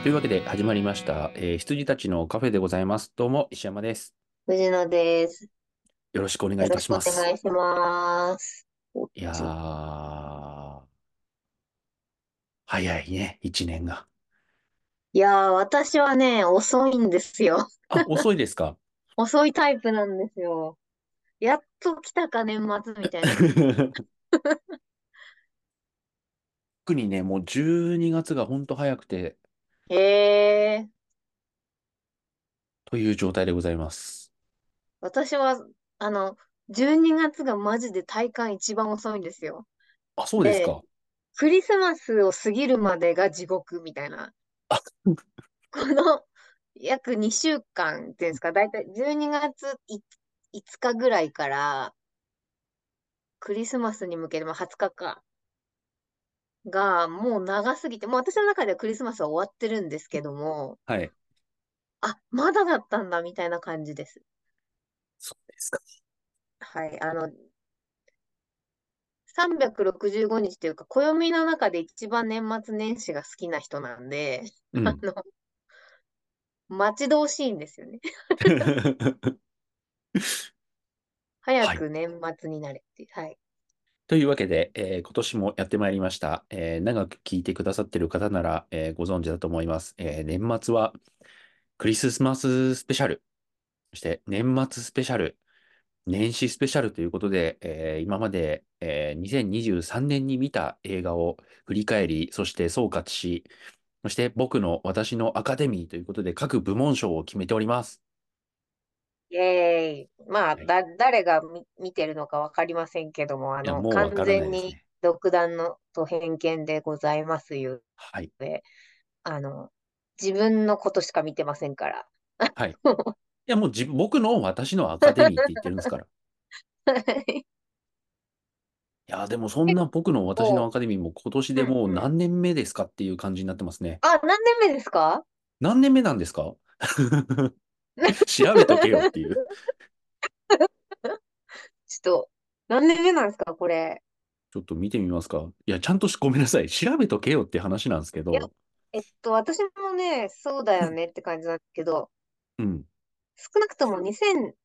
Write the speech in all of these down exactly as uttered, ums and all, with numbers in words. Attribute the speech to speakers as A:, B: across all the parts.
A: というわけで始まりました、えー羊たちのカフェでございます。どうも、石山です。
B: 藤野です。
A: よろしくお願いいた
B: よろしくお
A: します。
B: 願いします。おっ
A: いや
B: と。
A: ー、早いね、一年が。
B: いやー、私はね、遅いんですよ。
A: あ、遅いですか？
B: 遅いタイプなんですよ。やっと来たか、年末みたいな。
A: 特にね、もうじゅうにがつがほんと早くて、
B: へえ、
A: という状態でございます。
B: 私は、あの、じゅうにがつがマジで体感一番遅いんですよ。
A: あ、そうです
B: で、
A: か。
B: クリスマスを過ぎるまでが地獄みたいな。
A: あ、
B: この約にしゅうかんっていうんですか、だいたいじゅうにがついいつかぐらいからクリスマスに向けて、まあ、はつかかか。が、もう長すぎて、もう私の中ではクリスマスは終わってるんですけども、
A: はい。
B: あ、まだだったんだ、みたいな感じです。
A: そうですか。
B: はい。あの、さんびゃくろくじゅうごにちというか、暦の中で一番年末年始が好きな人なんで、
A: うん。
B: あの、待ち遠しいんですよね。早
A: はい。
B: く年末になれっていう。はい。
A: というわけで、えー今年もやってまいりました。えー長く聞いてくださっている方なら、えーご存知だと思います。えー年末はクリスマススペシャル、そして年末スペシャル、年始スペシャルということで、えー今まで、えーにせんにじゅうさんねんに見た映画を振り返り、そして総括し、そして僕の私のアカデミーということで各部門賞を決めております。
B: イェーイ。まあ、
A: はい。
B: だ、誰が見、見てるのかわかりませんけども、あ
A: いや、
B: の、完
A: もうわからない
B: 全に
A: ですね。
B: 独断のと偏見でございますゆ
A: はい。
B: え、あの、自分のことしか見てませんから。
A: はい。いや、もう自分、僕の私のアカデミーって言ってるんですから。いや、でもそん
B: 結
A: な僕の私のア
B: 構、
A: カデミーも今年でもう
B: うんうん。
A: 何年目ですかっていう感じになってますね。
B: あ、何年目ですか？
A: 何年目なんですか？調べとけよっていう。
B: ちょっと、何年目なんですか、これ。
A: ちょっと見てみますか。いや、ちゃんとしごめんなさい。調べとけよって話なんですけ
B: いや、
A: ど。
B: えっと、私もね、そうだよねって感じなんですけど、
A: うん。
B: 少なくともにせん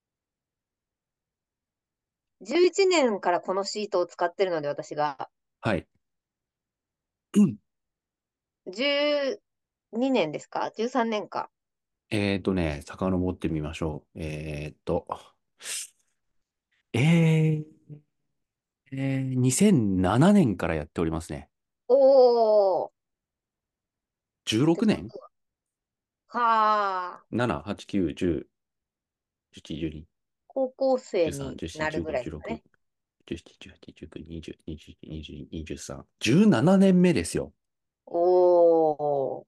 B: じゅういちねんからこのシートを使ってるので、私が。
A: はい。うん。
B: じゅうにねんですか？ じゅうさん 年か。
A: えっとね、遡ってみましょう。えっと、えー、えー、にせんななねんからやっておりますね。
B: おー。っ
A: 16
B: てこ
A: 年
B: とは、
A: ?なな、はち、きゅう、じゅう、じゅういち、じゅうに、
B: 高校生
A: じゅうさん、
B: に
A: じゅうよん、
B: なるぐ
A: じゅうご、じゅうろく、
B: らいですかね。
A: じゅうなな、じゅうはち、じゅうきゅう、にじゅう、にじゅういち、にじゅうに、にじゅうさん。じゅうななねんめですよ。
B: おー。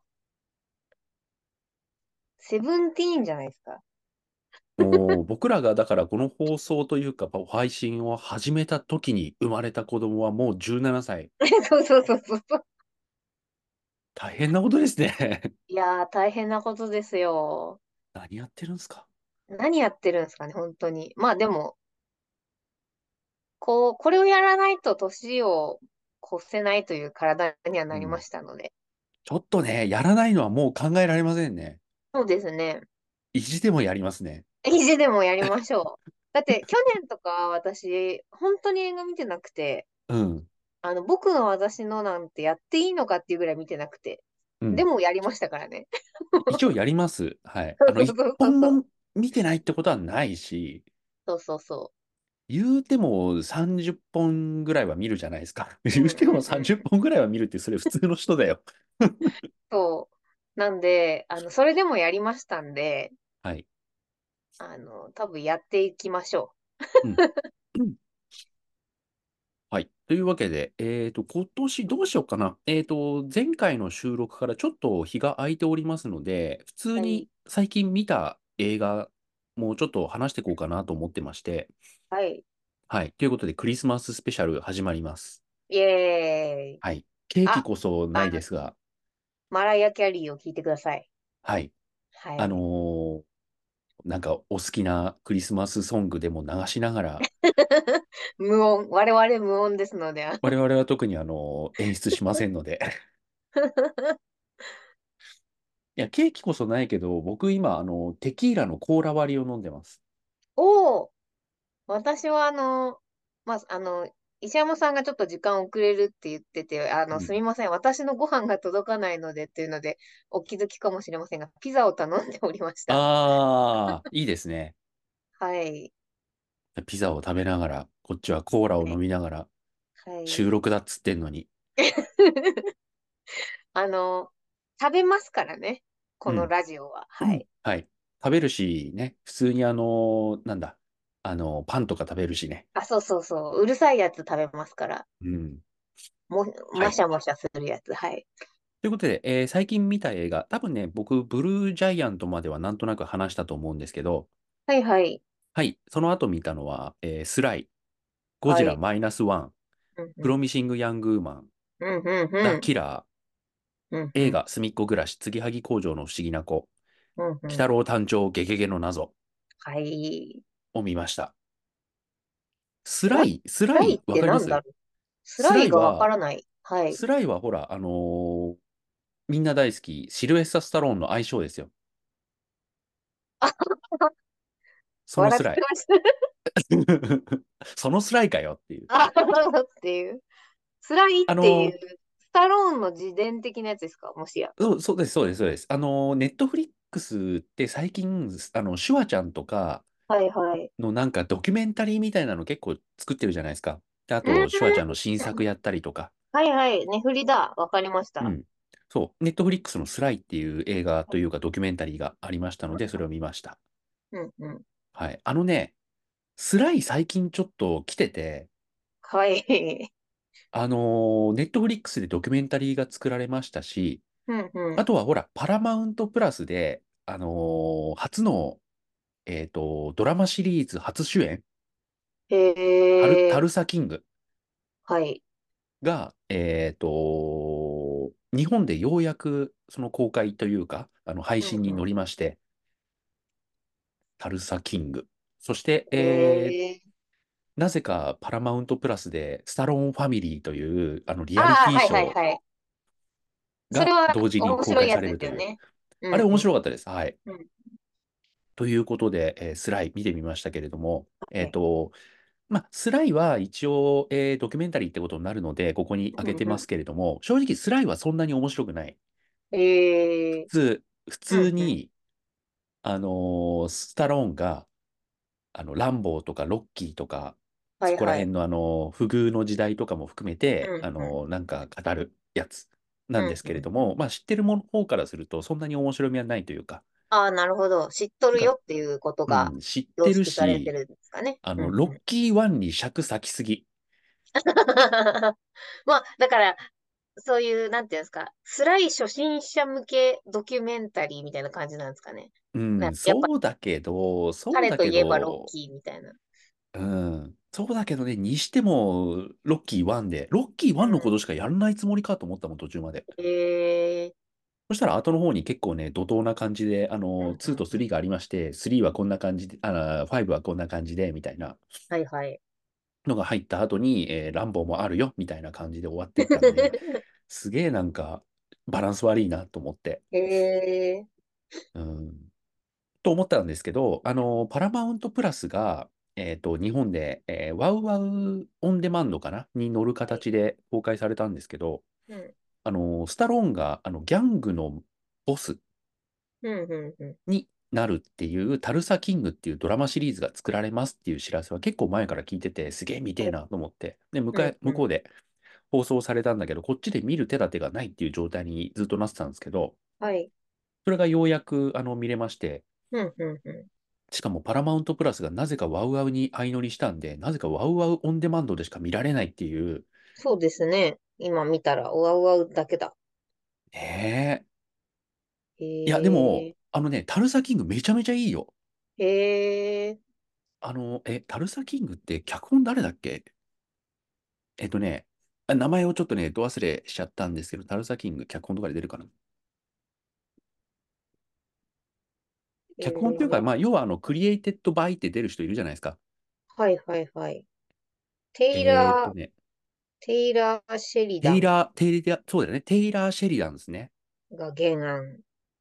B: セブンティーンじゃないですか。
A: もう僕らがだからこの放送というか配信を始めた時に生まれた子供はもうじゅうななさい。
B: そうそうそうそうそう。
A: 大変なことですね。
B: いやー、大変なことですよ。
A: 何やってるんですか？
B: 何やってるんですかね、本当に。まあでも、こう、これをやらないと年を越せないという体にはなりま
A: うん。
B: したので。
A: ちょっとね、やらないのはもう考えられませんね。
B: そうですね。
A: 意地でもやりますね。
B: 意地でもやりましょう。だって、去年とか私、本当に映画見てなくて、
A: うん。
B: あの、僕の私のなんてやっていいのかっていうぐらい見てなくて。
A: うん。
B: でもやりましたからね。
A: 一応やります。はい。
B: そう
A: あの、一
B: そうそうそうそう。
A: 本も見てないってことはないし、
B: そうそうそ
A: 言うてもさんじゅっぽんぐらいは見るじゃないですか。
B: う。うんうん
A: 言うても30
B: うん。
A: 本ぐらいは見るってそれ普通の人だよ。
B: そう。なんで、あの、それでもやりましたんで、
A: はい。
B: あの、多分やっていきましょ
A: うん。はい。というわけで、えっと、今年どうしようかな。えっと、前回の収録からちょっと日が空いておりますので、普通
B: う。はい。
A: に最近見た映画もうちょっと話していこうかなと思ってまして、
B: はい。
A: はい。ということで、クリスマススペシャル始まります。
B: イエーイ。
A: はい。ケーキ
B: あ、
A: こそな
B: あの、
A: いですが、
B: マライア・キャリーを聞いてください。
A: はい。あの
B: はい。
A: ーなんかお好きなクリスマスソングでも流しながら、
B: 無音。我々無音ですので。
A: 我々は特にあのー演出しませんので、 や、ケーキこそないけど、僕今、あの、テキーラのコーラ割りを飲んでます。
B: おお、私はあの、まあ、あの、石山さんがちょっと時間遅れるって言ってて、あの、す
A: うん。
B: みません。私のご飯が届かないのでっていうので、お気づきかもしれませんが、ピザを頼んでおりました。
A: ああ、いいですね。
B: はい。
A: ピザを食べながら、こっちはコーラを
B: はい。
A: 飲みながら、
B: はい。
A: 収録だっつってんのに。
B: あの、食べますからね。この
A: うん。
B: ラジオは。
A: うん。
B: はい。
A: はい。食べるしね、普通にあの、なんだ、あの、パンとか食べるしね。
B: あ、そうそうそう。うるさいやつ食べますから。
A: うん。
B: も、
A: はい。
B: もしゃもしゃするやつ。はい。
A: ということで、えー最近見た映画、多分ね、僕、ブルージャイアントまではなんとなく話したと思うんですけど、
B: はいはい。
A: はい、その後見たのは、えースライ、ゴジラ
B: はい。
A: マイナスワン、
B: うんうん。
A: プロミシング・ヤング・ウーマン、
B: うんうん
A: ザ・
B: うん。
A: キラー、
B: うんうん。
A: 映画、すみっこ暮らし、継ぎはぎ工場の不思議な子、
B: うんうん。
A: 鬼太郎誕生、ゲゲゲの謎
B: はい。
A: を見ました。ス
B: スラ、
A: ライ、スライ、
B: スライっ
A: わかります？
B: てなんだろう。ス
A: ス
B: ライがわか
A: ライは、
B: らない。はい。
A: スライはほら、あのーみんな大好き、シルベスタ・スタローンの相性ですよ。
B: あ、
A: その
B: 笑っ
A: スライ。
B: てました。
A: そのスライかよっていう。
B: あ、っていう。スライっていう、
A: あの
B: スタローンの自伝的なやつですかもしや。
A: そう、そうです、そうです、そうです。あの、ネットフリックスって最近、あの、シュワちゃんとか
B: はいはい。
A: のなんかドキュメンタリーみたいなの結構作ってるじゃないですか。であ
B: うん。
A: と、シュワちゃんの新作やったりとか。
B: はいはい。ネフリだ。わかりました。
A: うん。そう、ネットフリックスのスライっていう映画というかドキュメンタリーがありましたので、それを見ました。
B: うんうん。
A: はい。あのね、スライ最近ちょっと来てて、
B: はい。
A: あの、ネットフリックスでドキュメンタリーが作られましたし、
B: うんうん。
A: あとはほら、パラマウントプラスで、あのー初のえっと、ドラマシリーズ初主演、タル、
B: へえ。
A: タルサキング
B: はい。
A: が、えっと、日本でようやくその公開というか、あの配信に乗
B: うんう
A: りまして、タルサキング。そして、
B: ん。
A: えー
B: へえ。
A: なぜかパラマウントプラスで、スタローンファミリーというあのリアリ
B: ああ、はいはい
A: ティショー
B: はい。それ
A: が
B: は
A: 同時に公開
B: 面白いやつ
A: されるという。
B: ですよね。う
A: あれ
B: んうん。
A: 面白かったです。はい。
B: うん。
A: ということで、えースライ見てみましたけれども、え
B: はい。
A: っと、まあ、スライは一応、えードキュメンタリーってことになるので、ここに
B: うんう
A: 挙げてますけれども、正直スライはそんなに面白くない。
B: ん。へえ。
A: 普通、普
B: うんうん。
A: 通に、あのースタローンが、あの、ランボーとかロッキーとか、そこら
B: はいはい。
A: 辺のあの、不遇の時代とかも含めて、
B: うんうん。
A: あのーなんか語るやつなんです
B: うんうん。
A: けれども、まあ、知ってるもの方からすると、そんなに面白みはないというか、
B: ああ、なるほど。知っとる
A: が、
B: よっていうことが
A: うん、知ってる
B: 凝縮されて
A: し、
B: るんですかね。
A: あの、
B: うんうん。
A: ロッキーワンに尺割きすぎ。
B: まあ、だから、そういう、なんていうんですか、辛い初心者向けドキュメンタリーみたいな感じなんですかね。
A: うん、
B: なやっぱ、
A: そうだけど、そう
B: 彼
A: だけ
B: といえばロッ
A: ど、
B: キーみたいな。
A: うん、そうだけどね、にしても、ロッキーワンで、ロッキーワンのことしかやらないつもりかと思ったもん、途中まで。
B: うん。えー、
A: そしたら後の方に結構ね、怒涛な感じで、あの、
B: うん
A: ツーと
B: うんうん。
A: スリーがありまして、スリーはこんな感じで、あ、ファイブはこんな感じで、みたいな
B: はいはい。
A: のが入った後に、えーランボーもあるよ、みたいな感じで終わってったんで、すげえなんか、バランス悪いなと思って。
B: えー、
A: うん、と思ったんですけど、あの、パラマウントプラスが、えっと、日本で、えーワウワウオンデマンドかなに乗る
B: はい。
A: 形で公開されたんですけど、
B: うん。
A: あの、スタローンが、あの、ギャングのボス
B: うん、うん、うん。
A: になるっていう、タルサキングっていうドラマシリーズが作られますっていう知らせは結構前から聞いてて、すげえ見て
B: はい。
A: えなと思って、で、向かい、
B: うん、うん。
A: 向こうで放送されたんだけど、こっちで見る手立てがないっていう状態にずっとなってたんですけど、
B: はい。
A: それがようやく、あの、見れまして、
B: うん、うん、うん。
A: しかもパラマウントプラスがなぜかワウワウに相乗りしたんで、なぜかワウワウオンデマンドでしか見られないっていう、
B: そうですね。今見たら、おわうわうだけだ。
A: ねえ。いや、でも、
B: へえ
A: あのね、タルサキングめちゃめちゃいいよ。
B: ー、へえー、
A: あの、え、タルサキングって脚本誰だっけ？えっとね、あ名前をちょっとね、ど忘れしちゃったんですけど、タルサキング、脚本とかで出るかな？
B: え
A: 脚本というか、
B: ー、
A: まあ、要は、あの、クリエイテッドバイって出る人いるじゃないですか。
B: はいはいはい。テイラー、
A: えーっとね、
B: テイラー・シェリダン
A: テイラー、テイラー、そうだよね、テイラー・シェリダンですね。
B: が原案。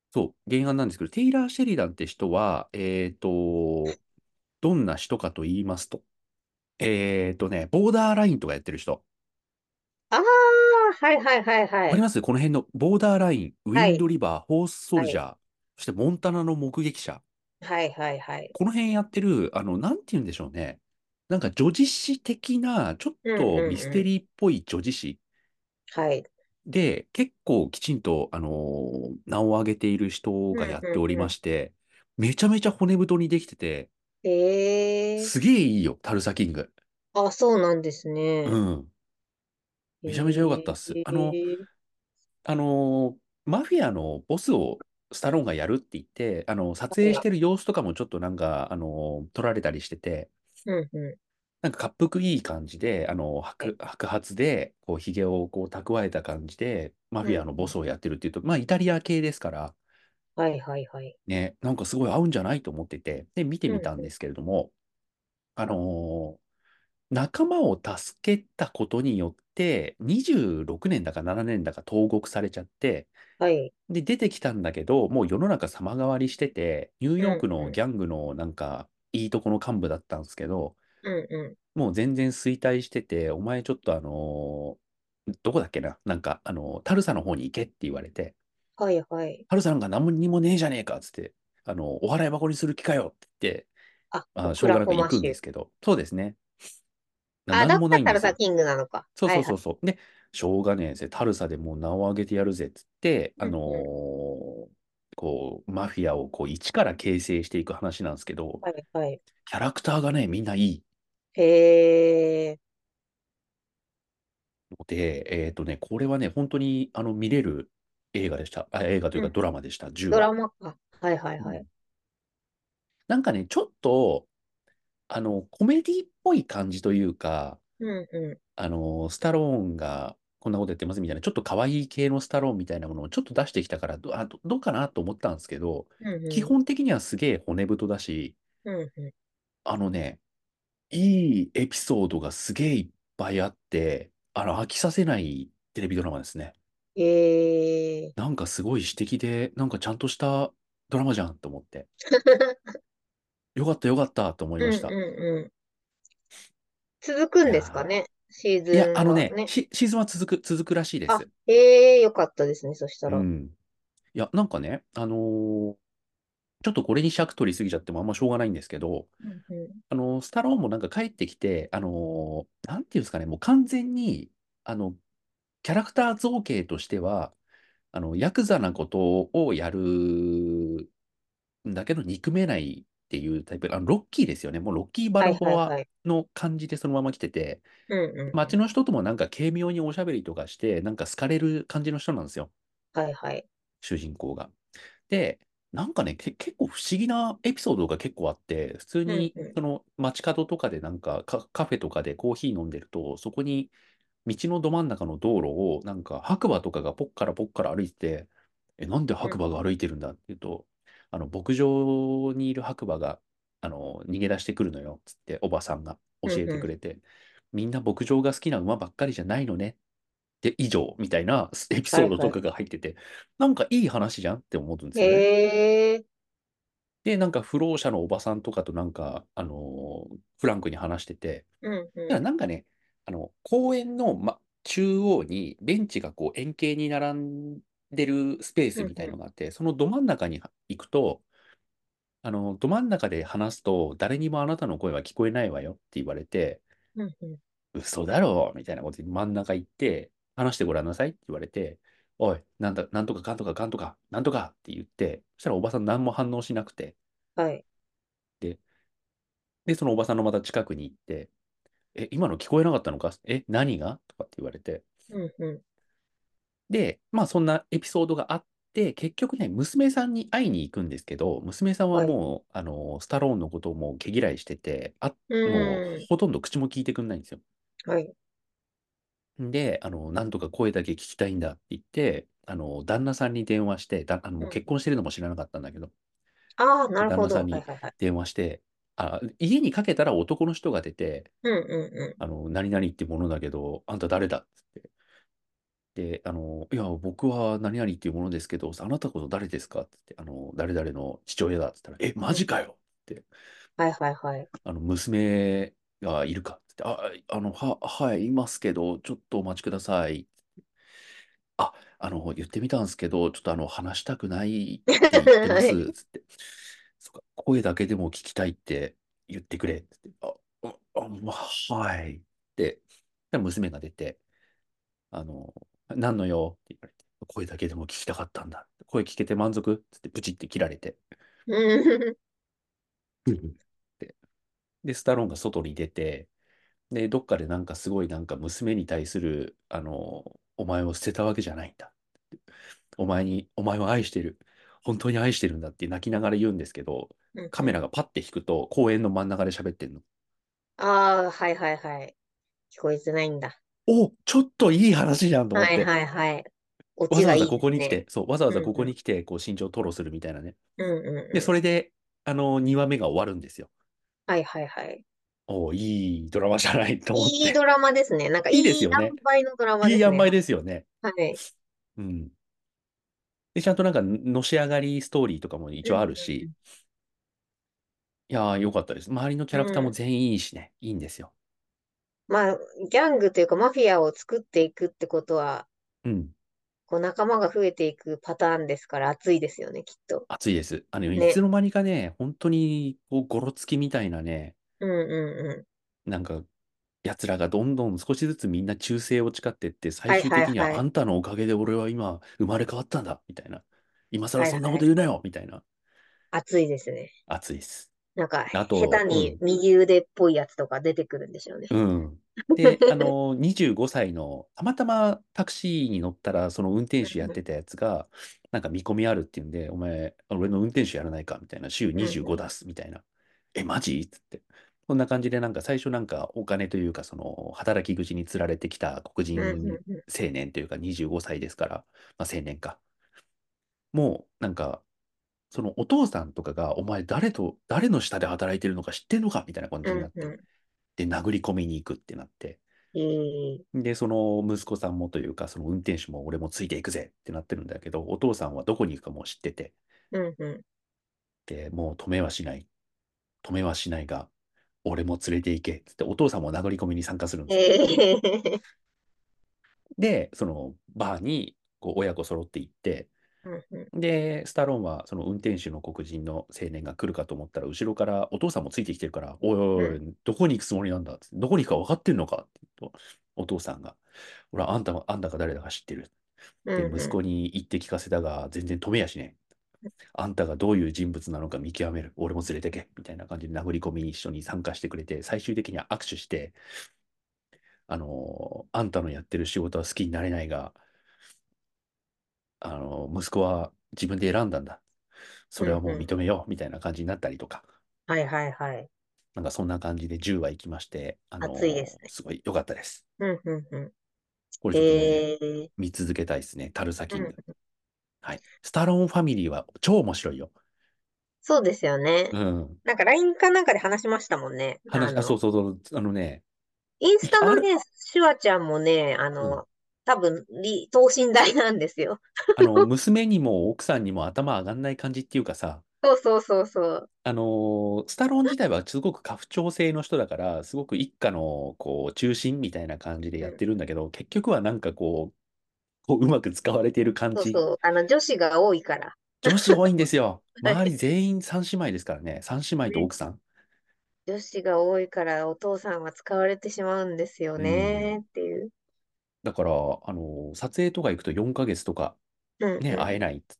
A: そう、原案なんですけど、テイラー・シェリダンって人は、えっと、どんな人かと言いますと、えっとね、ボーダーラインとかやってる人。
B: ああ、はいはいはいはい。
A: わかりますこの辺のボーダーライン、ウィンド
B: はい、
A: リバー、ホースソル
B: はい、
A: ジャー、そしてモンタナの目撃者。
B: はいはいはい。
A: この辺やってる、あの、なんて言うんでしょうね。なんか女子誌的な、ちょっ
B: うん
A: とミステ
B: うんうん。
A: リーっぽい女子誌
B: はい。
A: で、結構きちんと、あのー名を挙げている人
B: うん
A: がやっており
B: うんう
A: まして、めちゃめちゃ骨太にできてて、
B: ん。ええ
A: すげえいいよ、タルサキング。
B: あ、そうなんですね。
A: うん。めちゃめちゃ良かったっす。あの、
B: ええ
A: あのーマフィアのボスをスタローンがやるって言って、あの、撮
B: はい。
A: 影してる様子とかもちょっとなんか、あのー撮られたりしてて、
B: うんう
A: なんか、かっぷくいい感じで、あの、
B: ん。はい。
A: 白、白髪で、こう、髭をこう蓄えた感じで、マフィアのボ
B: うんうん。
A: スをやってるっていうと、まあ、イタリア系ですから、
B: はいはいはい。
A: ね、なんかすごい合うんじゃないと思ってて、で、見て
B: うんう
A: みたんですけれども、あのー仲間を助けたことによって、にじゅうろくねんだかななねんだか投獄されちゃって、
B: ん。はい。
A: で、出てきたんだけど、もう世の中様変わりしてて、ニュー
B: うん
A: ヨークの
B: う
A: ギャングのなんか、いいとこの幹部だったんですけど、
B: ん。うんうん。
A: もう全然衰退してて、お前ちょっとあのーどこだっけな、なんか、あのータルサの方に行けって言われて、
B: はいはい。
A: タルサなんか何にもねえじゃねえかっつって、あの、お払い箱にする気かよって言って、
B: あ、オ
A: あ、しょう
B: クラ
A: がなく行くんで
B: ホマ州。
A: すけど、そうですね。な、
B: あ、だ
A: なん
B: っ
A: もないんですよ。
B: たらサキングなのか。
A: そう
B: はいはい。
A: そうそうそう。で、しょうがねえぜ、タルサでもう名を上げてやるぜっつって、あの
B: うんうん。
A: ーこう、マフィアをこう一から形成していく話なんですけど、
B: はいはい。
A: キャラクターがね、みんないい
B: へえ。
A: ので、えっとね、これはね、本当にあの見れる映画でした。あ、映画というかド
B: うん。
A: ラマでした、じゅう
B: ド
A: わ。
B: ラマか。はいはいはい。
A: うん。なんかね、ちょっと、あの、コメディっぽい感じというか、
B: うんう
A: あの、スタローンがこんなことやってますみたいな、ちょっと可愛い系のスタローンみたいなものをちょっと出してきたから、ど、あ、ど、どうかなと思ったんですけど、
B: ん。うん
A: 基
B: う
A: 本的にはすげえ骨太だし、
B: ん。うんう
A: あのね、いいエピソードがすげえいっぱいあって、あの、飽きさせないテレビドラマですね。
B: ん。へえ。
A: なんかすごい詩的で、なんかちゃんとしたドラマじゃんと思って。よかったよかったと思い
B: うん
A: ました。
B: うんうん。続く
A: い
B: んですか
A: や
B: ね、シー
A: ーいや、
B: ズ
A: あのね、
B: ンがね。
A: シ、シーズンは続く、続くらしいで
B: あ、
A: す。
B: ええよかったですね、そしたら。
A: うん。いや、なんかね、あのーちょっとこれに尺取りすぎちゃってもあんましょうがないんですけど、
B: うんう
A: あのースタローンもなんか帰ってきて、あのーなんていうんですかね、もう完全に、あの、キャラクター造形としては、あの、ヤクザなことをやるんだけど憎めないっていうタイプ、あの、ロッキーですよね。もうロッキー・バ
B: はい
A: ルボア
B: はいはい。
A: の感じでそのまま来てて、
B: うんうんうん。
A: 街の人ともなんか軽妙におしゃべりとかして、なんか好かれる感じの人なんですよ。
B: はいはい。
A: 主人公が。で、なんかね、け結構不思議なエピソードが結構あって、普通に
B: うんう
A: その街角とかでなんかカ、カフェとかでコーヒー飲んでると、そこに道のど真ん中の道路をなんか白馬とかがポッカラポッカラ歩いてて、え、なんで
B: ん。うんうん。
A: 白馬が歩いてるんだっていうと、あの牧場にいる白馬があの逃げ出してくるのよ、つっておばさんが教えてく
B: うんう
A: れて、みんな牧場が好きな馬ばっかりじゃないのね。で、以上、みたいなエピ
B: ん。はいは
A: ソードとかが入ってて、なんかいい話じゃんって思うんで
B: い。
A: すよね。
B: へえ。
A: で、なんか不老者のおばさんとかとなんか、あのーフランクに話してて、
B: うん
A: だから
B: う
A: なんかね、あの、公園の、ま、中央にベンチがこう円形に並んでるスペー
B: ん。
A: スみ
B: うんう
A: たいのがあって、そのど真ん中に行くと、あの、ど真ん中で話すと、誰にもあなたの声は聞こえないわよって言われて、
B: ん。うんうん。
A: 嘘だろみたいなことで真ん中行って、話してごらんなさいって言われて、おい、なんだ、なんとかかんとかかんとか、なんとかって言って、そしたらおばさん何も反応しなくて、
B: はい。
A: で、で、そのおばさんのまた近くに行って、え、今の聞こえなかったのかえ、何がとかって言われて、
B: うんう
A: で、まあそんなエピソードがあって、結局ね、娘さんに会いに行くんですけど、娘さん
B: ん。はい。
A: はもう、あの、スタローンのことをもう毛嫌いしてて、あ、
B: う
A: もう
B: ーん。
A: ほとんど口も聞いてくんないんですよ。
B: はい。
A: で、あの、なんとか声だけ聞きたいんだって言って、あの、旦那さんに電話して、だ、あの、もう結
B: うん。
A: 婚してるのも知らなかったんだけど、
B: ああ、な
A: で、
B: るほど。
A: 旦那さんに
B: はいはいはい。
A: 電話して、あ、家にかけたら男の人が出て、
B: うんうんう
A: あの、何々ってものだけど、あんた誰だっつって。 で、あの、いや、僕は何々っていうものですけど、あなたこそ誰ですかって言って、あの、誰々の父親だって言ったら、え、マ
B: うん。
A: ジかよって、
B: はいはいはい。
A: あの、娘がいるかって言って、あ、あの、は、はい、いますけど、ちょっとお待ちください。あ、あの、言ってみたんですけど、ちょっとあの、話したくないって言ってま
B: はい。
A: す。つって。そっか、声だけでも聞きたいって言ってくれ。つって。あ、あ、あまあ、はい。で、で娘が出て、あの、何の用って言われて、声だけでも聞きたかったんだ。声聞けて満足つってプチって切られて。
B: うん。
A: うんで、で、スタローンが外に出て、で、どっかでなんかすごいなんか娘に対する、あの、お前を捨てたわけじゃないんだ。お前に、お前を愛してる。本当に愛してるんだって泣きながら言うんですけど、
B: うんうん。
A: カメラがパッて引くと公園の真ん中で喋ってんの。
B: ああ、はいはいはい。聞こえてないんだ。
A: お、ちょっといい話じゃんと思って。
B: はいはいはい。オ
A: わざわざ
B: チがいい
A: ここに来て、
B: ですね。
A: そう、わざわざここ
B: うんうん。
A: に来て、こう、身長吐露するみたいなね。
B: うんうん
A: で、
B: うん。
A: それで、あの、にわめが終わるんですよ。
B: はいはいはい。
A: おーいいドラマじゃないと思って。
B: いいドラマですね。なんかい
A: いいです
B: い塩
A: よね。
B: 梅のドラマですね。
A: いい塩梅ですよね。
B: はい。
A: うん。で、ちゃんとなんか、のし上がりストーリーとかも一応
B: うん
A: あるし、いやー、よかったです。周りのキャラクター
B: うんうん。
A: も全員いいしね、いいんですよ。
B: まあ、ギャングというかマフィアを作っていくってことは、
A: うん。
B: こう仲間が増えていくパターンですから熱いですよね、きっと。
A: 熱いです。あの、いつ
B: ね。
A: の間にかね、本当に、こう、ゴロつきみたいなね、
B: うんうんうん。
A: なんか、奴らがどんどん少しずつみんな忠誠を誓ってって、最
B: はい
A: 終的には
B: はいはい。
A: あんたのおかげで俺は今生まれ変わったんだ、みたいな。今更そんなこ
B: はいはい。
A: と言うなよ、みたいな。
B: 熱いですね。
A: 熱いです。
B: なんか、下手
A: あと、う
B: に
A: ん。
B: 右腕っぽいやつとか出てくるんでしょうね。
A: うん。で、あの、にじゅうごさいの、たまたまタクシーに乗ったら、その運転手やってたやつが、なんか見込みあるっていうんで、お前、俺の運転手やらないかみたいな、週
B: うんうん
A: にじゅうご出すみたいな。え、マジっつって。こんな感じで、なんか最初なんかお金というか、その働き口に釣られてきた黒
B: うんう
A: 人
B: んうん
A: 青年というかにじゅうごさいですから、まあ青年か。もう、なんか、そのお父さんとかが、お前誰と、誰の下で働いてるのか知ってんのかみたいな感
B: う
A: じになって。
B: んう
A: で、殴り込みに行くってなって。
B: ん。ええ。
A: で、その息子さんもというか、その運転手も俺もついていくぜってなってるんだけど、お父さんはどこに行くかもう知ってて、
B: うんう
A: で、もう止めはしない。止めはしないが、俺も連れて行けっつって、お父さんも殴り込みに参加するんで
B: ん。
A: すよ。
B: ええ。
A: で、そのバーにこう親子揃って行って、
B: うんう
A: で、スタローンはその運転手の黒人の青年が来るかと思ったら、後ろからお父さんもついてきてるから、おい
B: ん。う
A: おいお
B: ん
A: い、どこに行くつもりなんだっつってどこに行くか分かってんのかって言うと、お父さんが、俺はあんたも、あんたが誰だか知ってる。で、息
B: うん
A: 子に言って聞かせたが、全然止めやしねえ。あんたがどういう人物なのか見極める。俺も連れてけ。みたいな感じで殴り込みに一緒に参加してくれて、最終的には握手して、あのーあんたのやってる仕事は好きになれないが、あのー息子は自分で選んだんだ。それはもう
B: うんうん。
A: 認めよう。みたいな感じになったりとか、
B: はいはいはい。
A: なんかそんな感じでじゅうわ行きまして、あのー
B: 熱いですね。
A: すごい良かったです。
B: うんうんうん。
A: これちょっとね、
B: ええ。
A: 見続けたいですね。タルサ
B: うん。
A: キング。はい。スタローンファミリーは超面白いよ。
B: そうですよね。
A: うん。
B: なんか ライン かなんかで話しましたもんね。あ
A: 話、あ、そう
B: の、
A: そうそう、あのね、
B: インス
A: いある、
B: タのね、シュワちゃんもね、あ
A: うん。
B: の、多分、リ等身大なんですよ。
A: あの、娘にも奥さんにも頭上がんない感じっていうかさ、
B: そうそうそうそう。
A: あのースタローン自体はすごく家父長制の人だから、すごく一家のこう中心みたいな感じでやっ
B: うん。
A: てるんだけど、結局はなんかこう、こううまく使われている感じ。
B: そうそう。あの、女子が多いから。
A: 女子多いんですよ。
B: はい。
A: 周り全員三姉妹ですからね。三姉妹と
B: ね。
A: 奥さん。
B: 女子が多いからお父さんは使われてしまうんですよ
A: うん。
B: ねっていう。
A: だから、あのー撮影とか行くとよんかげつとかね、
B: うんう
A: 会えないっつって、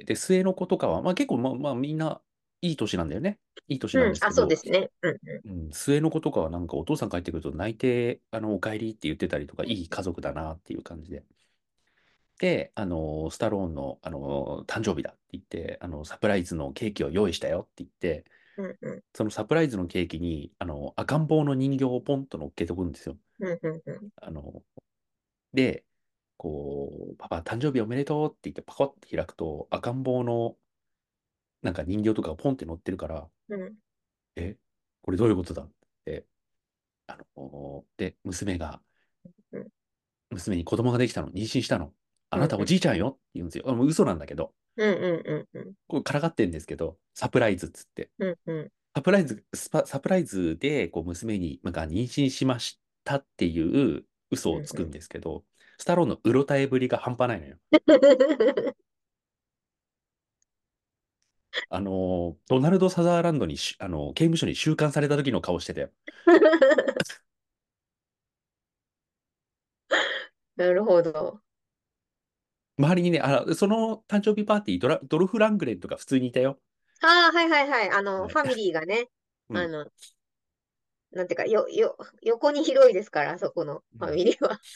A: で、末の子とかは、まあ結構、まあ、まあみんないい年なんだよね。いい年
B: ん。
A: なん
B: うん。あ、そうで
A: ですけど、
B: すね。うんう
A: うん、末の子とかはなんかお父さん帰ってくると泣いて、あの、お帰りって言ってたりとか、いい家族だなっていう感じで。で、あの、スタローンの、あの、誕生日だって言って、あの、サプライズのケーキを用意したよって言って、
B: ん。うんうん。
A: そのサプライズのケーキに、あの、赤ん坊の人形をポンと乗っけておくんですよ。
B: うんうんうん。
A: あの、で、こう、パパ誕生日おめでとうって言ってパコって開くと、赤ん坊のなんか人形とかがポンって乗ってるから、
B: うん。
A: え、これどういうことだって、あの、で、娘が、
B: うん。
A: 娘に子供ができたの、妊娠したの。あ
B: うんうん。
A: なたおじいちゃんよって言うんですよ。もう嘘なんだけど、
B: うんうんうん
A: これからかってんですけど、サプライズっつって。
B: うん。うんうん。
A: サプライズ、スパ、サプライズでこう娘に、なんか妊娠しましたっていう嘘をつくん
B: うんうん。
A: ですけど、スタローンのうろたえぶりが半端ないのよ。あのードナルド・サザーランドにし、あのー刑務所に収監された時の顔してて、
B: なるほど。
A: 周りにね、あ、その誕生日パーティー、ドラ、ドルフ・ラングレンとか普通にいたよ。
B: ああ、はいはいはい。あの、
A: はい。
B: ファミリーがね、
A: うん。
B: あの、なんていうか、よ、よ、横に広いですから、あそこのファ
A: うん。
B: ミリーは。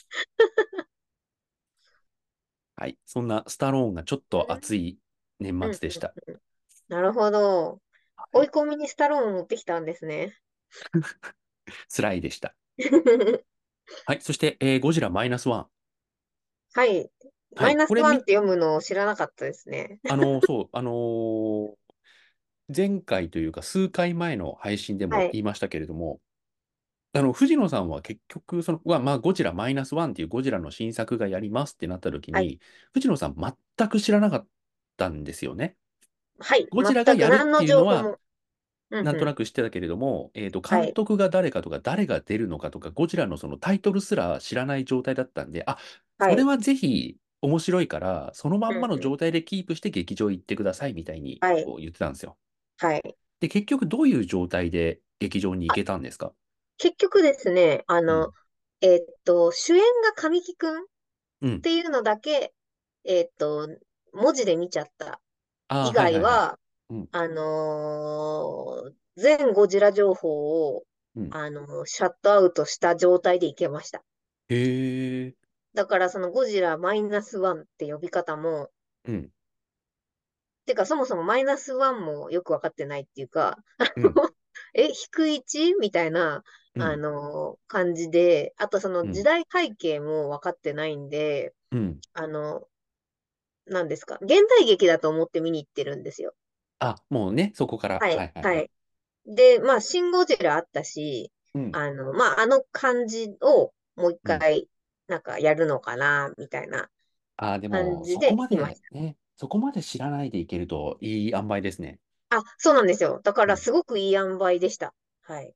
A: はい。そんなスタローンがちょっと
B: うん
A: 熱い年
B: うんうん
A: 末でした。
B: うん。なるほど。
A: はい。
B: 追い込みにスタローンを持ってきたんですね。
A: 辛いでした。はい。そして、えーゴジラマイナスワン。
B: はい。
A: はい。
B: マイナス
A: これみ、
B: ワンって読むのを知らなかったですね。
A: あのーそう、あのー前回というか数回前の配信で
B: はい。
A: も言いましたけれども、あの、藤野さんは結局、その、まあ、まあゴジラマイナスワンっていうゴジラの新作がやりますってなった時
B: はい。
A: に、藤野さん全く知らなかったんですよね。
B: はい。
A: ゴジラが
B: 全く
A: やるって
B: 何の
A: いうのは、
B: 情報も。うん
A: なんと
B: うん。
A: なく知ってたけれども、えっと、
B: はい。
A: 監督が誰かとか、誰が出るのかとか、ゴジラのそのタイトルすら知らない状態だったんで、あ、
B: はい。
A: それはぜひ面白いから、そのまんまの
B: うんうん。
A: 状態でキープして劇場行ってくださいみたいに
B: はい。
A: こう言ってたんですよ。
B: はい。
A: で、結局どういう状態で劇場に行
B: あ、
A: けたんですか？
B: 結局ですね、あの、
A: うん。
B: えーっと、主演が神木くんっ
A: うん。
B: ていうのだけ、えーっと、文字で見ちゃった以
A: ああ、はいはいはい。
B: 外は、
A: うん。
B: あのー全ゴジラ情報を、
A: うん。
B: あのーシャットアウトした状態でいけました。
A: へえ。
B: だからそのゴジラマイナスワンって呼び方も、
A: うん。
B: てかそもそもマイナスワンもよくわかってないっていうか、
A: うん。
B: え、低いちみたいな、あ
A: うん。
B: のー感じで、あとその時
A: うん。
B: 代背景もわかってないんで、
A: うん。
B: あの、なんですか、現代劇だと思って見に行ってるんですよ。
A: あ、もうね、そこから。
B: はい、
A: はいはいはい。
B: はい。で、まあ、シン・ゴジラあったし、
A: うん。
B: あの、まあ、あの感じをもう一
A: うん。
B: 回、なんかやるのかな、みたいな
A: ああ、でも、
B: 感じ
A: そこま
B: でいまし
A: でね、そこまで知らないでいけるといい塩梅ですね。
B: た。あ、そうなんですよ。だか
A: うん。
B: らすごくいい塩梅でした。はい。
A: うん。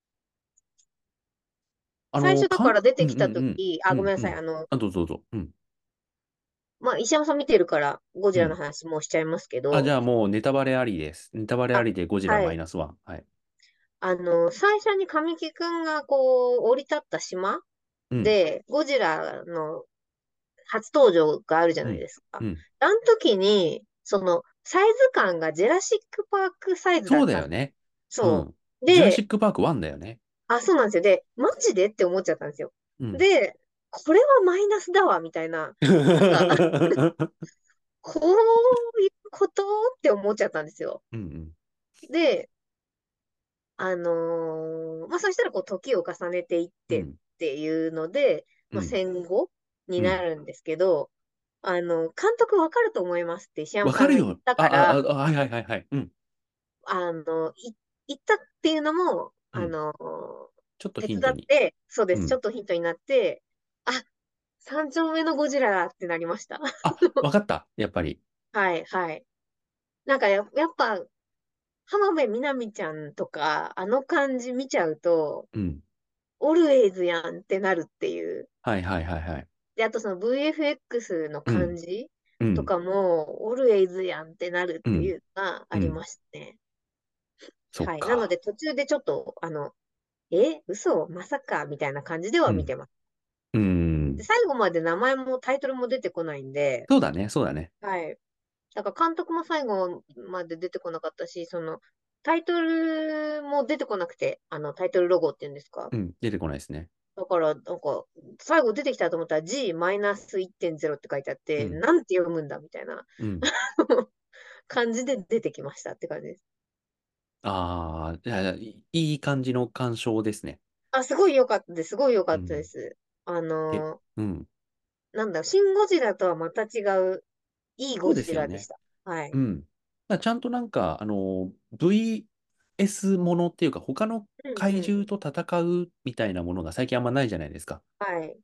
A: あの、
B: 最初だか
A: かん、
B: ら出てきた
A: うんうん
B: とき、あ、
A: うん。うん
B: ごめんなさい。
A: うん。
B: あの、
A: あ、どうぞどうぞ。うん。
B: まあ、石山さん見てるから、ゴジラの
A: うん。
B: 話もうしちゃいますけ
A: あ、じ
B: ど、
A: ゃあもうネタバレありです。ネタバレあ
B: あ、
A: りでゴジラ
B: はい。
A: マイナスワン。はい。
B: あの、最初に神木くんがこう、降り立った島
A: うん。
B: で、ゴジラの初登場があるじゃない
A: うん。
B: ですか。
A: うん。
B: あの時に、その、サイズ感がジェラシックパークサイズだ
A: そう
B: った。
A: だよね。う
B: そ
A: ん。
B: う。
A: ジュラシ
B: で、
A: ックパークワンだよね。
B: あ、そうなんですよ。で、マジでって思っちゃったんですよ。
A: うん。
B: で、これはマイナスだわ、みたいな。なんか、こういうことって思っちゃったんですよ。
A: うんうん。
B: で、あのーまあ、そしたらこう時を重ねていってっ
A: うん。
B: ていうので、まあ、
A: うん。
B: 戦後に
A: うん。
B: なるんですけど、あの、監督わかると思いますって石山さんが言っ
A: わかるよ。あ、あ、
B: たから、
A: あ、あはいはいはいはい。うん。
B: あの、い言ったっていうのも、
A: うん。
B: あの、
A: ちょっと
B: 手
A: ヒントに。
B: 伝って、そうです、ちょ
A: うん。
B: っとヒントになって、あ、三丁目のゴジラだってなりました。
A: あ、わかった。やっぱり。
B: はい、はい。なんかや、やっぱ、浜辺美波ちゃんとか、あの感じ見ちゃうと、
A: うん。
B: オルウェイズやんってなるっていう。
A: はいはいはいはい。
B: で、あとその ブイエフエックス の
A: うん。
B: 感じ
A: うん。
B: とかも、オルウェイズやんってなる
A: うん。
B: っていうのがあ
A: うん。
B: りましたね。
A: そっ
B: はい。なので
A: か。
B: 途中でちょっと、あの、え、嘘まさかみたいな感じで
A: うん。
B: は見てます。
A: う
B: で、
A: ん。
B: 最後まで名前もタイトルも出てこないんで、
A: そうだね。そうだね。
B: はい。だから監督も最後まで出てこなかったし、その、タイトルも出てこなくて、あの、タイトルロゴっていうんですか？
A: うん。出てこないですね。
B: だから、なんか、最後出てきたと思ったら ジーマイナスいってんゼロ って書いてあって、
A: うん。
B: なんて読むんだみたいな
A: うん。
B: 感じで出てきましたって感じです。
A: ああ、いやいやいいい感じの鑑賞ですね。
B: あ、すごい良かったです。すごい良かったで
A: うん。
B: す。あ
A: え、
B: の
A: うん。
B: なんだ、シン・ゴジラとはまた違う、いい
A: そう
B: ゴ
A: ですよね。
B: ジラでした。はい。
A: うん。まあちゃんとなんか、あの、ブイエス ものっていうか、他の
B: うんうんうん。
A: 怪獣と戦うみたいなものが最近あんまないじゃないですか。
B: はい。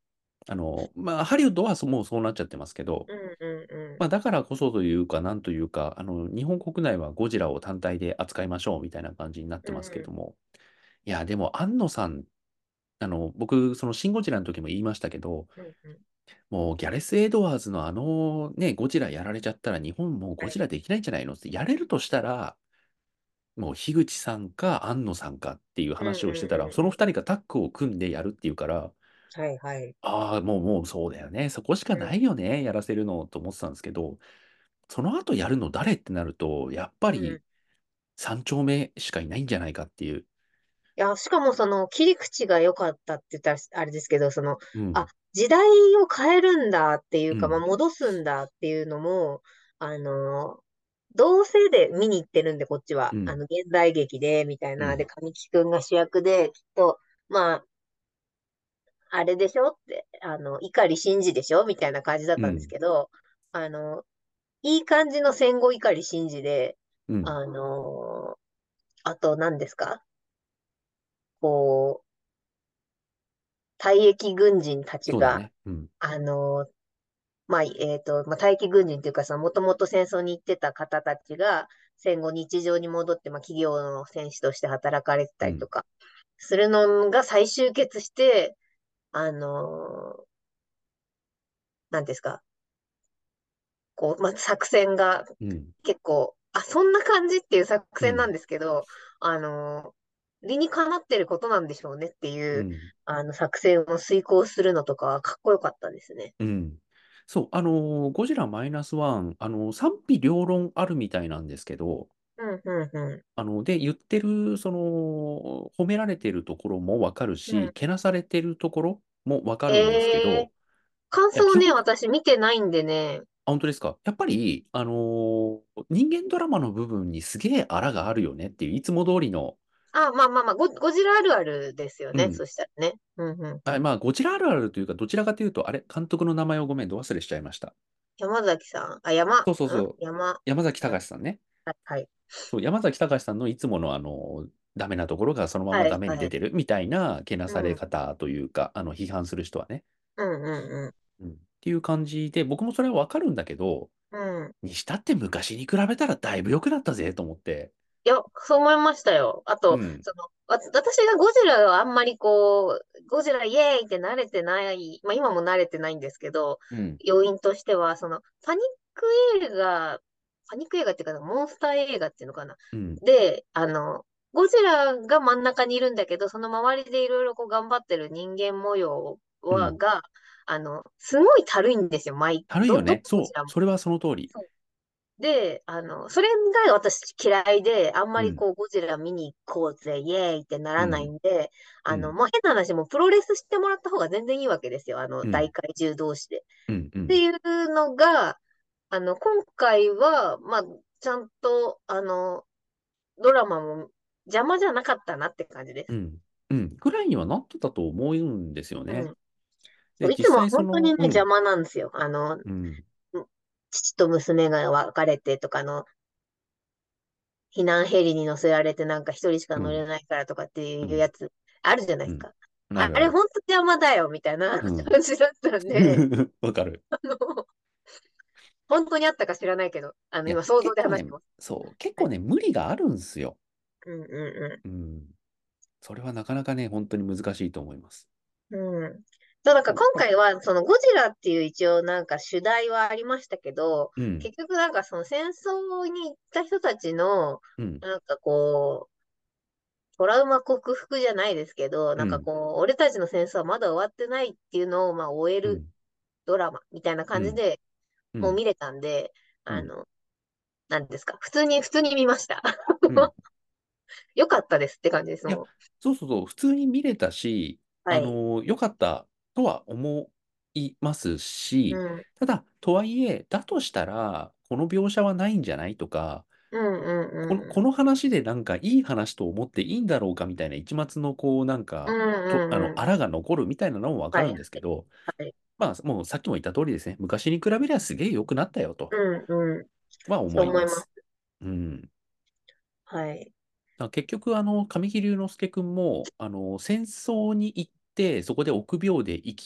A: あの、まあ、ハリウッドはそもうそうなっちゃってますけど、
B: うんうんうん。
A: まあ、だからこそというか、なんというか、あの、日本国内はゴジラを単体で扱いましょうみたいな感じになってますけ
B: うん
A: ども、いや、でも、庵野さん、あの、僕、そのシン・ゴジラの時も言いましたけど、
B: うんうん。
A: もうギャレス・エドワーズのあのね、ゴジラやられちゃったら日本もうゴ
B: はい。
A: ジラできないんじゃないのって、やれるとしたら、もう樋口さんか庵野さんかっていう
B: うんうん
A: 話をしてたら、そ
B: うんうん。
A: の二人がタッグを組んでやるっていうから、
B: はいはい。
A: ああ、もうもうそうだよね。そこしかない
B: う
A: よね、やらせるのと思ってたんですけど、その後やるの誰ってなると、やっぱ
B: ん。うん。
A: り三丁目しかいないんじゃないかっていう。
B: いや、しかもその切り口が良かったって言ったらあれですけど、その、あ、
A: うん、
B: 時代を変えるんだっていうか、まあ、
A: うん、
B: 戻すんだっていうのも、あの、同性で見に行ってるんで、こっちは。
A: うん、
B: あの、現代劇で、みたいな。で、
A: うん、
B: 神木くんが主役で、きっと、まあ、あれでしょって、あの、碇シンジでしょみたいな感じだったんです
A: うん、
B: けど、あの、いい感じの戦後碇シンジで、
A: うん。
B: あの、あと何ですかこう、退役軍人たちが、
A: そうだね。うん、
B: あの、まあ、えっと、まあ、退役軍人というか、その、もともと戦争に行ってた方たちが、戦後日常に戻って、まあ、企業の戦士として働かれてた
A: うん、
B: りとか、するのが再集結して、あの、なんですか、こう、まあ、作戦が
A: うん、
B: 結構、あ、そんな感じっていう作
A: うん、
B: 戦なんですけど、あの、理にかなってることなんでしょうねっていう、
A: うん。
B: あの、作戦を遂行するのとかはかっこよかったですね。
A: うん。そう、あのーゴジラマイナスワン、あのー賛否両論あるみたいなんですけど、
B: うん、うん、う
A: あの、で、言ってる、その、褒められてるところもわかる
B: ん。うん。
A: し、けなされてるところもわかるんですけ
B: えー、
A: ど、いや、基
B: 感想ね、
A: 本、
B: 私見てないんでね。
A: あ、本当ですか。やっぱり、あのー人間ドラマの部分にすげえあらがあるよねっていう、いつも通りの、
B: あ、まあまあまあ、ゴ、ゴジラあるあるですよね。
A: うん。
B: そしたらね。うん、うん、う
A: あ、
B: ん。
A: まあ、ゴジラあるあるというか、どちらかというと、あれ、監督の名前をごめん、ど忘れしちゃいました。
B: 山崎さん、あ、山、ん
A: そうそうそう。
B: 山、
A: 山崎
B: な
A: 隆さんね。
B: はい、はい、
A: そう、山崎隆さんのいつものあの、ダメなところがそのまま
B: はい、
A: ダメに
B: はい。
A: 出てるみたいなけな
B: う
A: され
B: ん、
A: 方というか、あの、批判する人はね。
B: うん、うん、
A: うん、っていう感じで、僕もそれはわかるんだけど、
B: うん。うん。
A: にしたって昔に比べたらだいぶ良くなったぜと思って。
B: いや、そう思いましたよ。あと、
A: うん、
B: その、わ私がゴジラはあんまりこう、ゴジライエーイって慣れてない、まあ今も慣れてないんですけど、
A: うん、
B: 要因としては、その、パニック映画、パニック映画っていうか、モンスター映画っていうのかな。
A: うん、
B: で、あの、ゴジラが真ん中にいるんだけど、その周りでいろいろこう頑張ってる人間模様は、
A: うん。
B: が、あの、すごいたるいんですよ、毎、ど、ど
A: 軽いよね。そう、
B: のゴジラも。
A: それはその通り。
B: で、あの、それが私嫌いで、あんま
A: うん、
B: りこう、ゴジラ見に行こうぜ、イエーイってならない
A: うん、
B: んで、あの、
A: うん、
B: まあ、変な話もプロレスしてもらった方が全然いいわけですよ。あの、
A: うん、
B: 大怪獣同士で。っ
A: うん、うん、
B: ていうのが、あの、今回は、まあ、ちゃんと、あの、ドラマも邪魔じゃなかったなって感じです。
A: うん、うん。ぐらいにはなってたと思うんですよね。
B: うん。
A: で、
B: いつもは
A: 実際その、
B: 本当にね、
A: うん、
B: 邪魔なんですよ。あの、
A: うん、
B: 父と娘が別れてとかの、避難ヘリに乗せられてなんか一人しか
A: うん、
B: 乗れないからとかって
A: うん、
B: いうやつあるじゃない
A: うん。
B: ですか。あれ
A: なるある。
B: 本当邪魔だよみたいな
A: うん。
B: 感じだったんで、
A: わかる。
B: あの、本当にあったか知らないけど、あの、
A: いや、
B: 今想像
A: 結構ね、
B: で話してます。
A: そう、結
B: はい。
A: 構ね、無理があるんですよ。
B: うんう
A: うん。それはなかなかね、本当に難しいと思います。
B: んうん。うん。そう、なんか
A: そう、
B: 今回は、そのゴジラっていう一応なんか主題はありましたけど、
A: うん、
B: 結局なんかその戦争に行った人たちの、
A: うん、
B: なんかこう、トラウマ克服じゃないですけど、なんか
A: うん、
B: こう、俺たちの戦争はまだ終わってないっていうのを、まあ、終える
A: うん、
B: ドラマみたいな
A: うん、
B: 感じで
A: うん、
B: もう見れたんで、
A: うん、
B: あの、なんですか。普通に、普通に見ました。
A: うん。
B: よかったですって感じです。
A: いや、
B: も
A: そうそうそう、普通に見れたし、
B: う。は
A: あ
B: い。
A: の良かったとは思いますし、
B: うん。
A: ただ、とはいえ、だとしたら、この描写はないんじゃないとか、
B: うんうん
A: この、
B: うん。
A: この話でなんかいい話と思っていいんだろうかみたいな一末のこうなんか、
B: うん
A: と、あの、
B: うんうん。
A: あらが残るみたいなのもわか
B: はい。
A: るんですけど、
B: はい。
A: まあ、もうさっきも言った通りですね。昔に比べりゃすげえ良くなったよと
B: うんうん。
A: は
B: そう思いま
A: 思います。
B: す。
A: うん。
B: はい。
A: だから結局、あの、神木隆之介君も、あの、戦争に行って、そこで臆病で生きる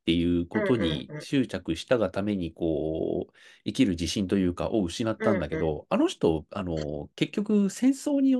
A: っていう
B: うん
A: ことに
B: うん
A: 執着したがために、こう、生きる自信というかを失ったん
B: うんうん
A: だけど、あの人、あの、結局戦争によって、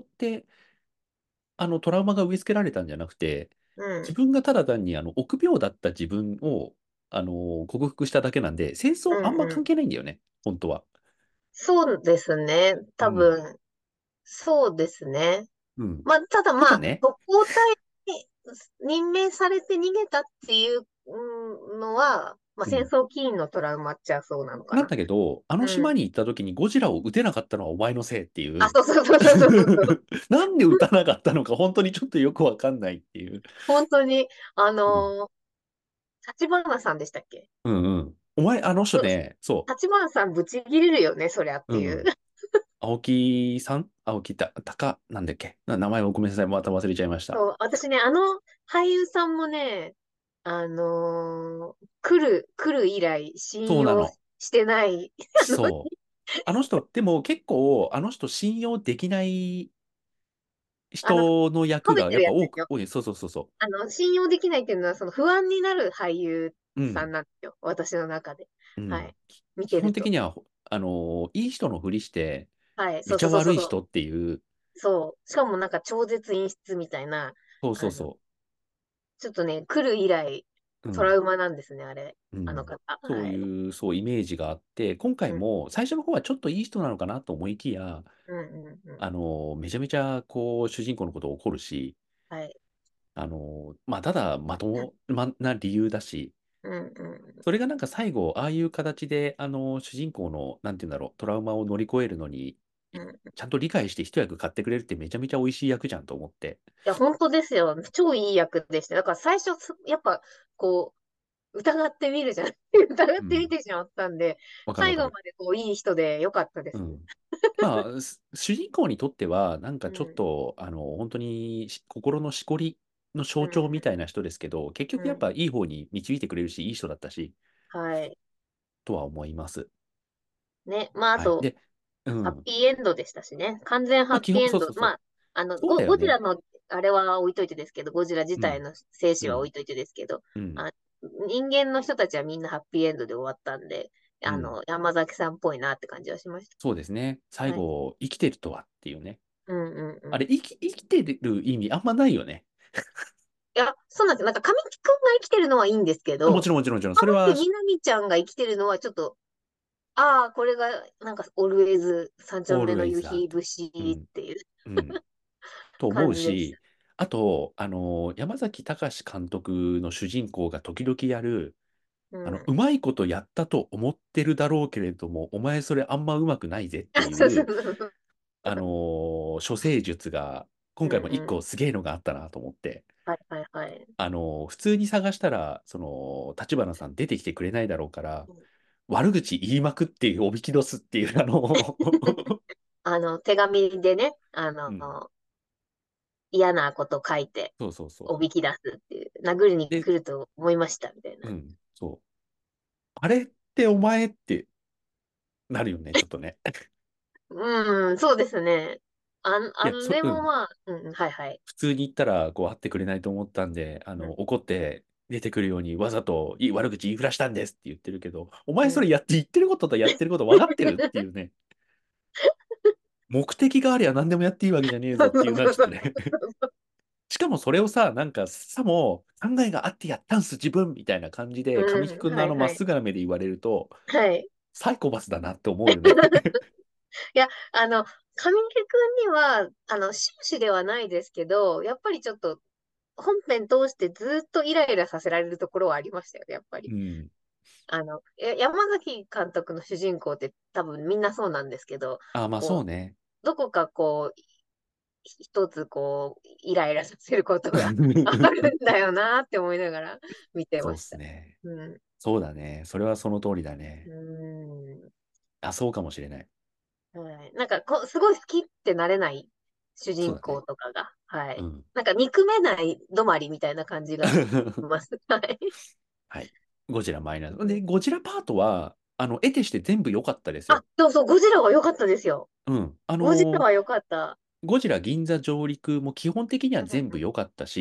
A: あの、トラウマが植え付けられたんじゃなくて、
B: うん
A: 自分がただ単に、あの、臆病だった自分を、あの、克服しただけなんで、戦争
B: うんうん。
A: あんま関係ないんだよね、本当は。
B: そうですね。
A: うん。
B: 多分、そうですね。
A: うん。
B: まあ、ただまあ、
A: ただね、
B: 特攻隊に任命されて逃げたっていううんのは、まあ、戦
A: うん。
B: 争起因のトラウマっちゃそうなのか
A: なん
B: な。
A: だけど、あの
B: うん。
A: 島に行った時にゴジラを撃てなかったのはお前のせいってい
B: あ、
A: う。
B: そうそうそうそうそうそうそう。
A: なんで撃たなかったのか、本当にちょっとよくわかんないっていう。
B: 本当に、あ
A: うん。
B: のー、立花さんでしたっけ？
A: うんうん。お前、あの人
B: う
A: ね、そ
B: 立花さんぶち切れるよね、そりゃっ
A: う。
B: ていう。
A: うん。青木さん青木た、たか、なんだっけな、名前をごめんなさい。また忘れちゃいました。
B: そう、私ね、あの俳優さんもね、あのー来る、来る以来信用
A: そうなの。
B: してない。あの、
A: そう。あの人、でも結構、あの人信用できない
B: あの、
A: 人の役
B: 食べて
A: がやっぱ
B: るやつですよ。
A: 多く多い。そうそうそうそ
B: あの、信用できないっていうのは、その不安になる俳優
A: う。う
B: さん
A: ん。
B: なんですよ。私の中で。
A: うん。
B: はい。見
A: 基
B: てると。
A: 本的には、あのーいい人のふりして、
B: はい。そう
A: めちゃ
B: そうそうそうそう。
A: 悪い人っていう、
B: そう。しかもなんか超絶演出みたいな、
A: そうそ
B: あの、
A: うそ
B: ちょっとね、来る以来、
A: う。うん。
B: トラウマなんですね、あれ。
A: うん。
B: あの方。
A: そう
B: はい。
A: いう、そう、イメージがあって、今回
B: うん、
A: も最初の方はちょっといい人なのかなと思いきや、
B: うん、うん、うん。
A: あのーめちゃめちゃ、こう、主人公のことを怒るし、
B: はい。
A: あのーまあ、ただ、まともまな理由だし、
B: うん、うん、
A: それがなんか最後、ああいう形で、あのー主人公の、なんて言うんだろう、トラウマを乗り越えるのに、い
B: うん。い
A: ちゃんと理解して一役買ってくれるってめちゃめちゃ美味しい役じゃんと思って。
B: や、本当ですよ。超いい役でした。だから最初す、やっぱ、こう、疑ってみるじゃん。疑ってみ
A: うん。
B: てしまったんで、最後
A: わかるわかる。
B: までこう、いい人でよかったです。
A: うん。まあ、す主人公にとっては、なんかちょっ
B: うん、
A: と、あの、本当にし心のしこりの象
B: うん、
A: 徴みたいな人ですけど、結
B: うん。
A: 局やっぱいい方に導いてくれるし、いい人だったし、
B: はい。
A: とは思います。
B: ね。まあ、あ
A: はい。
B: と、
A: で、う
B: ハッ
A: ん。
B: ピーエンドでしたしね。完全ハ
A: まあ、基本、
B: ッピーエンド。
A: そうそうそう。
B: まあ、あの、ゴ、
A: そうだよね。
B: ゴジラの、あれは置いといてですけど、ゴジラ自
A: うん。
B: 体の生死
A: うん。
B: は置いといてですけど、
A: うん。
B: あ、人間の人たちはみんなハッピーエンドで終わったんで、
A: うん。
B: あの、山崎さんっぽいなって感じはしまし
A: そうですね。
B: た。はい。
A: 最後、生きてるとはっていうね。
B: うんうんうん。
A: あれ、生き、生きてる意味あんまないよね。
B: いや、そうなんですよ。なんか神木くんが生きてるのはいいんですけ
A: あもち
B: ど、
A: ろんもちろんもちろん。それは、
B: 浜辺美波ちゃんが生きてるのはちょっと、ああ、これが、なんか、オルウェイズ三丁目の夕
A: always だと。
B: 日節
A: うん。
B: っていう
A: うん。と思
B: 感じでし
A: うし、あと、あの、山崎隆監督の主人公が時々やる、
B: た。う
A: あの、
B: ん。
A: うまいことやったと思ってるだろうけれども、お前それあんまうまくないぜって
B: そうそ
A: いう、
B: うそう。
A: あのー処世術が、今回も一
B: うんうん。
A: 個すげえのがあったなと思って、
B: はいはいはい。
A: あのー普通に探したら、その、立花さん出てきてくれないだろうから、悪口言いまくっておびき出すっていう、あの
B: あの、手紙でね、あ
A: うん、
B: の、嫌なこと書いて、
A: そうそうそう。
B: おびき出すっていう、殴りに
A: で、
B: 来ると思いました、みたいな。
A: うん、そう。あれってお前ってなるよね、ちょっとね。
B: うん、そうですね。あん、
A: いや、
B: あん
A: そ、うん。
B: でもまあ、うん、はいはい。
A: 普通に言ったら、こう、会ってくれないと思ったんで、あの、
B: うん、
A: 怒って出てくるように、わざといい悪口言いふらしたんですって言ってるけど、お前それ
B: うん。
A: やって、言ってることとやってること分かってるっていうね、目的がありゃ何でもやっていいわけじゃねえ
B: そう
A: ぞっていうのは
B: そうそうそう。
A: ちょっとねしかもそれをさ、なんか、さも考えがあってやったんす、自分みたいな感じで、神木
B: うん、
A: 君のあのまっ
B: はいはい。
A: すぐな目で言われると、
B: はい。
A: サイコパスだなって思うよね
B: いや、あの、神木くんには、あの、終始ではないですけど、やっぱりちょっと、本編通してずっとイライラさせられるところはありましたよね、やっぱり。
A: うん。
B: あの、や山崎監督の主人公って多分みんなそうなんですけど、
A: あ、まあそ
B: こう、
A: うね。
B: どこかこう、一つこう、イライラさせることがあるんだよなって思いながら見て
A: そうっ
B: ました。
A: すね。
B: うん。
A: そうだね。それはその通りだ
B: う
A: ね。
B: ん。
A: あ、そうかもしれない。
B: はい。なんかこう、すごい好きってなれない主人公
A: そうだね。
B: とかが、はい。
A: うん。
B: なんか憎めない止まりみたいな感じがします。はい。
A: はい。ゴジラマイナス。で、
B: うん。
A: ゴジラパートは、あの、得てして全部良かったです
B: あ、
A: よ。
B: そうそう、ゴジラは良かったですよ。
A: うん。あの
B: ゴジラ
A: ー
B: は良かった。
A: ゴジラ銀座上陸も基本的には
B: うんうん。
A: 全部良かったし、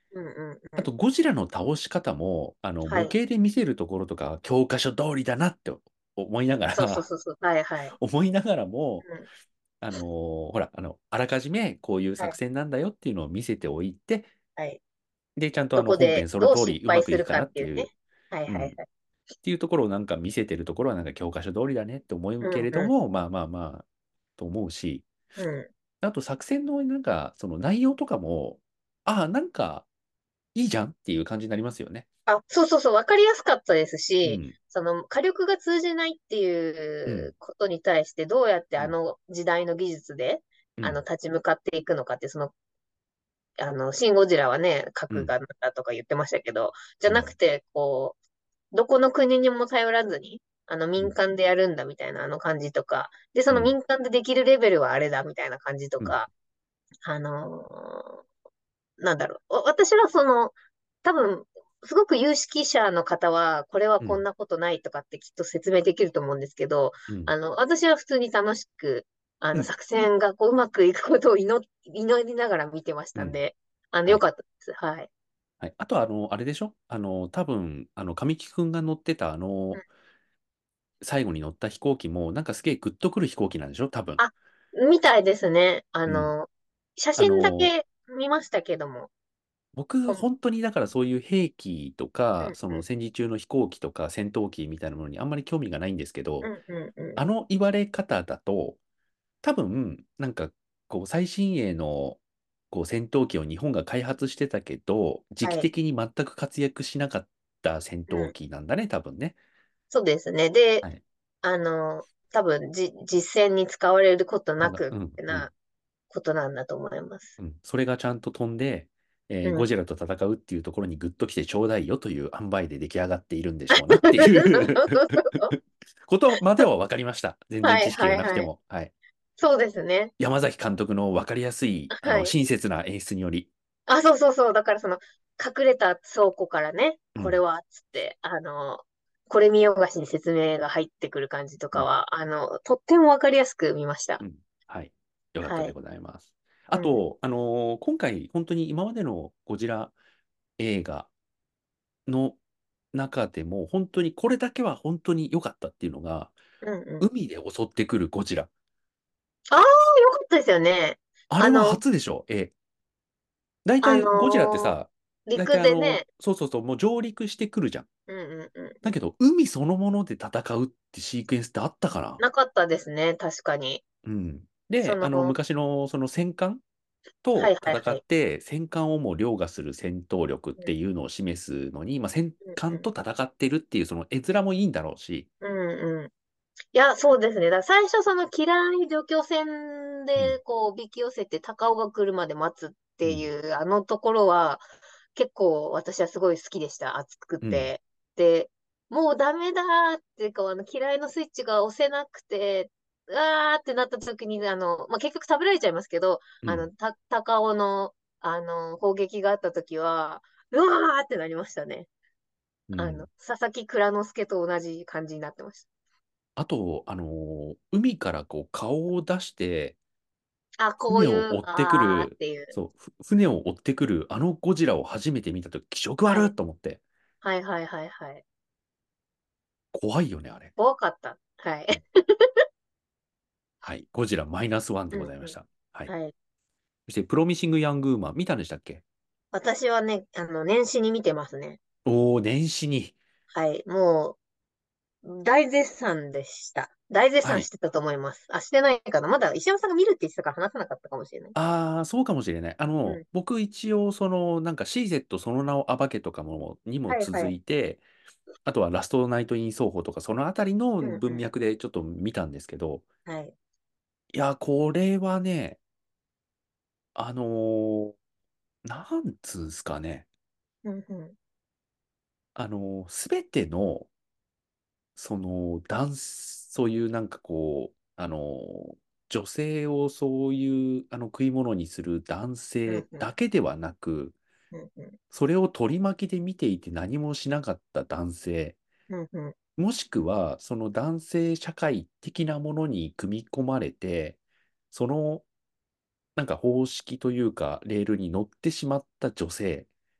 B: うんうんうん。
A: あと、ゴジラの倒し方も、あの、模
B: はい。
A: 型で見せるところとか、教科書通りだなって思いなが
B: そうそう
A: ら
B: そうそう。はいはい。
A: 思いながらも、
B: うん。
A: あのーほら、あの、あらかじめこういう
B: はい。
A: 作戦なんだよっていうのを見せておいて、
B: はい。
A: で、ちゃんとあの
B: どこで
A: 本編その
B: どう失
A: 通りうま
B: 敗するか
A: くいくかな
B: っていうね。
A: っていう、
B: はい
A: うん、っ
B: はいはい。
A: ていうところをなんか見せてるところはなんか教科書通りだねって思うけ
B: うんう
A: れども、まあまあまあ、と思うし、
B: ん。うん。
A: あと作戦のなんかその内容とかも、ああ、なんかいいじゃんっていう感じになりますよね。
B: あ、そうそうそう。わかりやすかったですし、
A: うん、
B: その火力が通じないってい
A: うん、
B: うことに対してどうやって
A: うん、
B: あの時代の技術で
A: うん、
B: あの立ち向かっていくのかって、そのあの、シン・ゴジラはね、
A: うん、
B: 核がなんだとか言ってましたけど、じゃ
A: うん、
B: なくて、こう、どこの国にも頼らずに、あの、
A: うん、
B: 民間でやるんだみたいなあの感じとか、で、そ
A: うん、
B: の民間でできるレベルはあれだみたいな感じと
A: うん、
B: か、あのーなんだろう。わ私はその、多分、すごく有識者の方は、これは
A: うん、
B: こんなことないとかってきっと説明できると思うんですけど、
A: うん、
B: あの、私は普通に楽しく、あの、
A: うん、
B: 作戦がこううまくいくことを祈っ、祈りながら見てまし
A: うん。
B: たんで、あの、
A: はい。
B: よかったです。はい。
A: はい。あとは、あの、あれでしょあの、多分、あの、神木くんが乗ってた、あの、最後に乗った飛行機も、なんかすげえグッとくる飛行機なんでしょ多分。
B: あ、みたいですね。あ
A: うん。
B: の、写
A: あ
B: 真だ
A: の、
B: け見ましたけども。
A: 僕、
B: ほん、
A: 本当にだからそういう兵器とか、
B: うん、
A: その
B: うん、
A: 戦時中の飛行機とか戦闘機みたいなものにあんまり興味がないんですけど、
B: うん、うん、うん。
A: あの言われ方だと、多分、なんか、こう、最新鋭の、こう、戦闘機を日本が開発してたけど、時
B: はい。
A: 期的に全く活躍しなかった戦
B: うん。
A: 闘機なんだね、多分ね。
B: そうですね。で、
A: はい。
B: あの、多分じ、実戦に使われることなく、
A: なんかうん、うん。
B: なことなんだと思います。
A: うん、それがちゃんと飛んで、えーゴ
B: うん。
A: ジラと戦うっていうところにグッと来てちょうだいよという塩梅で出来上がっているんでしょうなっていうことまでは分かりました。全然
B: はい
A: 知識
B: はいはい。
A: がなくても。はい。
B: そうですね。
A: 山崎監督の分かりやすい、あの、
B: はい。
A: 親切な演出により。
B: あ、そうそうそう。だからその、隠れた倉庫からね、
A: うん。
B: これは、つって、あの、これ見よがしに説明が入ってくる感じと
A: うん。
B: かは、あの、とってもわかりやすく見ました。
A: うん。はい。よかったで
B: はい。
A: ございます。
B: うん。
A: あと、あのー今回、本当に今までのゴジラ映画の中でも、本当にこれだけは本当に良かったっていうのが、
B: うんうん。
A: 海で襲ってくるゴジラ。
B: ああ、よかったですよね。
A: あれは
B: あの、
A: 初でしょ、え大
B: あ
A: 体ゴジラって
B: のー
A: さ、大体あの、
B: 陸でね、
A: そうそうそう、もう上陸してくるじゃん。
B: うんうんうんうん。
A: だけど、海そのもので戦うってシークエンスってあったかな？
B: なかったですね、確かに。
A: うん。で、
B: その、
A: あの、昔のその戦艦
B: はい
A: と戦
B: はいはい。
A: って、戦艦をもう凌駕する戦闘力っ
B: うん
A: ていうのを示すのに、まあ、戦艦と
B: うん
A: 戦ってるっていうその絵面もいいんだろうし、
B: うんうん。いや、そうですね。だから最初その機雷除去船
A: うん、
B: でこう、引き寄せて高尾が来るまで待つってい
A: うん、
B: うあのところは結構私はすごい好きでした。熱く
A: うん、
B: て。で、もうダメだーっていうか、あの、機雷のスイッチが押せなくて、うわーってなった時に、あの、まあ、結局食べられちゃいますけど、
A: うん、
B: あの、た、高尾の、あの、砲撃があった時は、うわーってなりましたね。あの、
A: うん。
B: 佐々木蔵之介と同じ感じになってました。
A: あと、あのー海からこう顔を出して、
B: あ、こう
A: 船
B: いう、
A: を追ってく
B: あーっ
A: る、
B: ていう。
A: そう、ふ船を追ってくるあのゴジラを初めて見たとき、気色悪い
B: はい。
A: と思って、
B: はいはいはいはい。
A: 怖いよね、あれ。
B: 怖かった。は
A: うん。
B: い。
A: はい。ゴジラマイナスワンで
B: うんう
A: ございました。は
B: ん。
A: い。
B: はい。
A: そして、プロミシング・ヤング・ウーマン、見たんでしたっけ？
B: 私はね、あの、年始に見てますね。
A: おー、年始に。
B: はい。もう、大絶賛でした。大絶
A: はい。
B: 賛してたと思います。あ、してないかな。まだ石山さんが見るって言ってたから話さなかったかもしれない。
A: あー、そうかもしれない。あの、
B: うん。
A: 僕一応、その、なんか シーゼット その名を暴けとかも、にも続
B: はいはい。
A: いて、あとはラストナイト・イン奏法とか、そのあたりの
B: うんうん。
A: 文脈でちょっと見たんですけど、
B: はい。
A: いや、これはね、あのーなんつうんすかね。
B: うんうん。
A: あのすべての、その、男、そういうなんかこう、あの女性をそういう、あの、食い物にする男性
B: うんうん。
A: だけではなく、
B: うんうん。
A: それを取り巻きで見ていて何もしなかった男性、
B: うんうん。
A: もしくは、その男性社会的なものに組み込まれて、その、なんか方式というか、レールに乗ってしまった女性、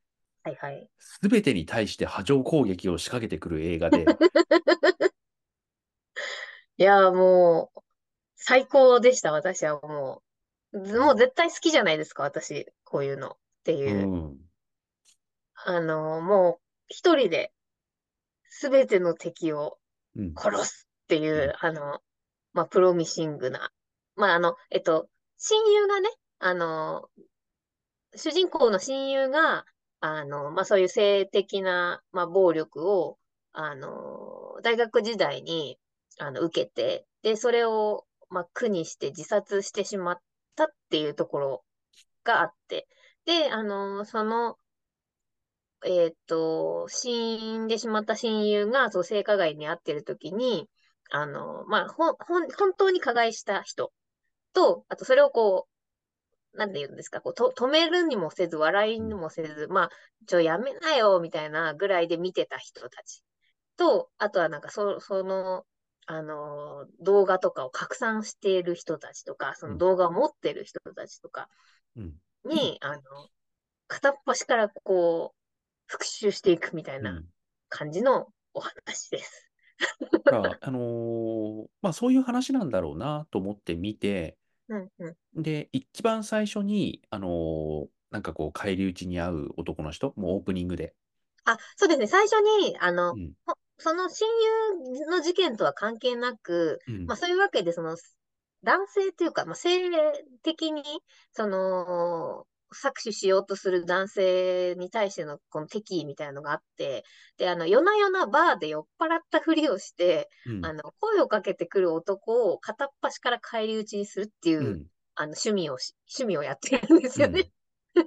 B: はいはい。
A: すべてに対して波状攻撃を仕掛けてくる映画で、
B: いや、もう、最高でした、私はもう。ずもう絶対好きじゃないですか、私。こういうのって
A: う
B: いう。
A: ん、
B: あの、もう、一人で全ての敵を
A: うん、
B: 殺すってい
A: うん、
B: う、あの、まあ、プロミシングな。まあ、あの、えっと、親友がね、あの、主人公の親友が、あの、まあ、そういう性的な、まあ、暴力を、あの、大学時代に、あの、受けて、で、それを、まあ、苦にして自殺してしまったっていうところがあって、で、あの、その、えっと、死んでしまった親友が、そう、性加害に遭ってる時に、あの、まあ、ほん、ほん、本当に加害した人と、あとそれをこう、なんて言うんですか、こう、と、止めるにもせず、笑いに
A: うん、
B: もせず、まあ、ちょ、やめなよ、みたいなぐらいで見てた人たちと、あとはなんか、そ、その、あの、動画とかを拡散している人たちとか、そ
A: うん、
B: の動画を持ってる人たちとか
A: うん。
B: に、あの、片っ端からこう、復習していくみたいな
A: うん。
B: 感じのお話です。
A: だから、あのーまあそういう話なんだろうなと思って見て、
B: うんうん。
A: で、一番最初に、あのーなんかこう、返り討ちに遭う男の人、もうオープニングで、
B: あ、そうですね。最初に、あの、
A: うん、
B: ほその親友の事件とは関係なく、
A: うん、
B: まあそういうわけで、その、男性というか、まあ性的に、その、搾取しようとする男性に対してのこの敵意みたいなのがあって、で、あの、夜な夜なバーで酔っ払ったふりをして、
A: うん、
B: あの、声をかけてくる男を片っ端から返り討ちにするっていう、
A: うん、
B: あの、趣味をし、趣味をやってるんですよね。
A: うん。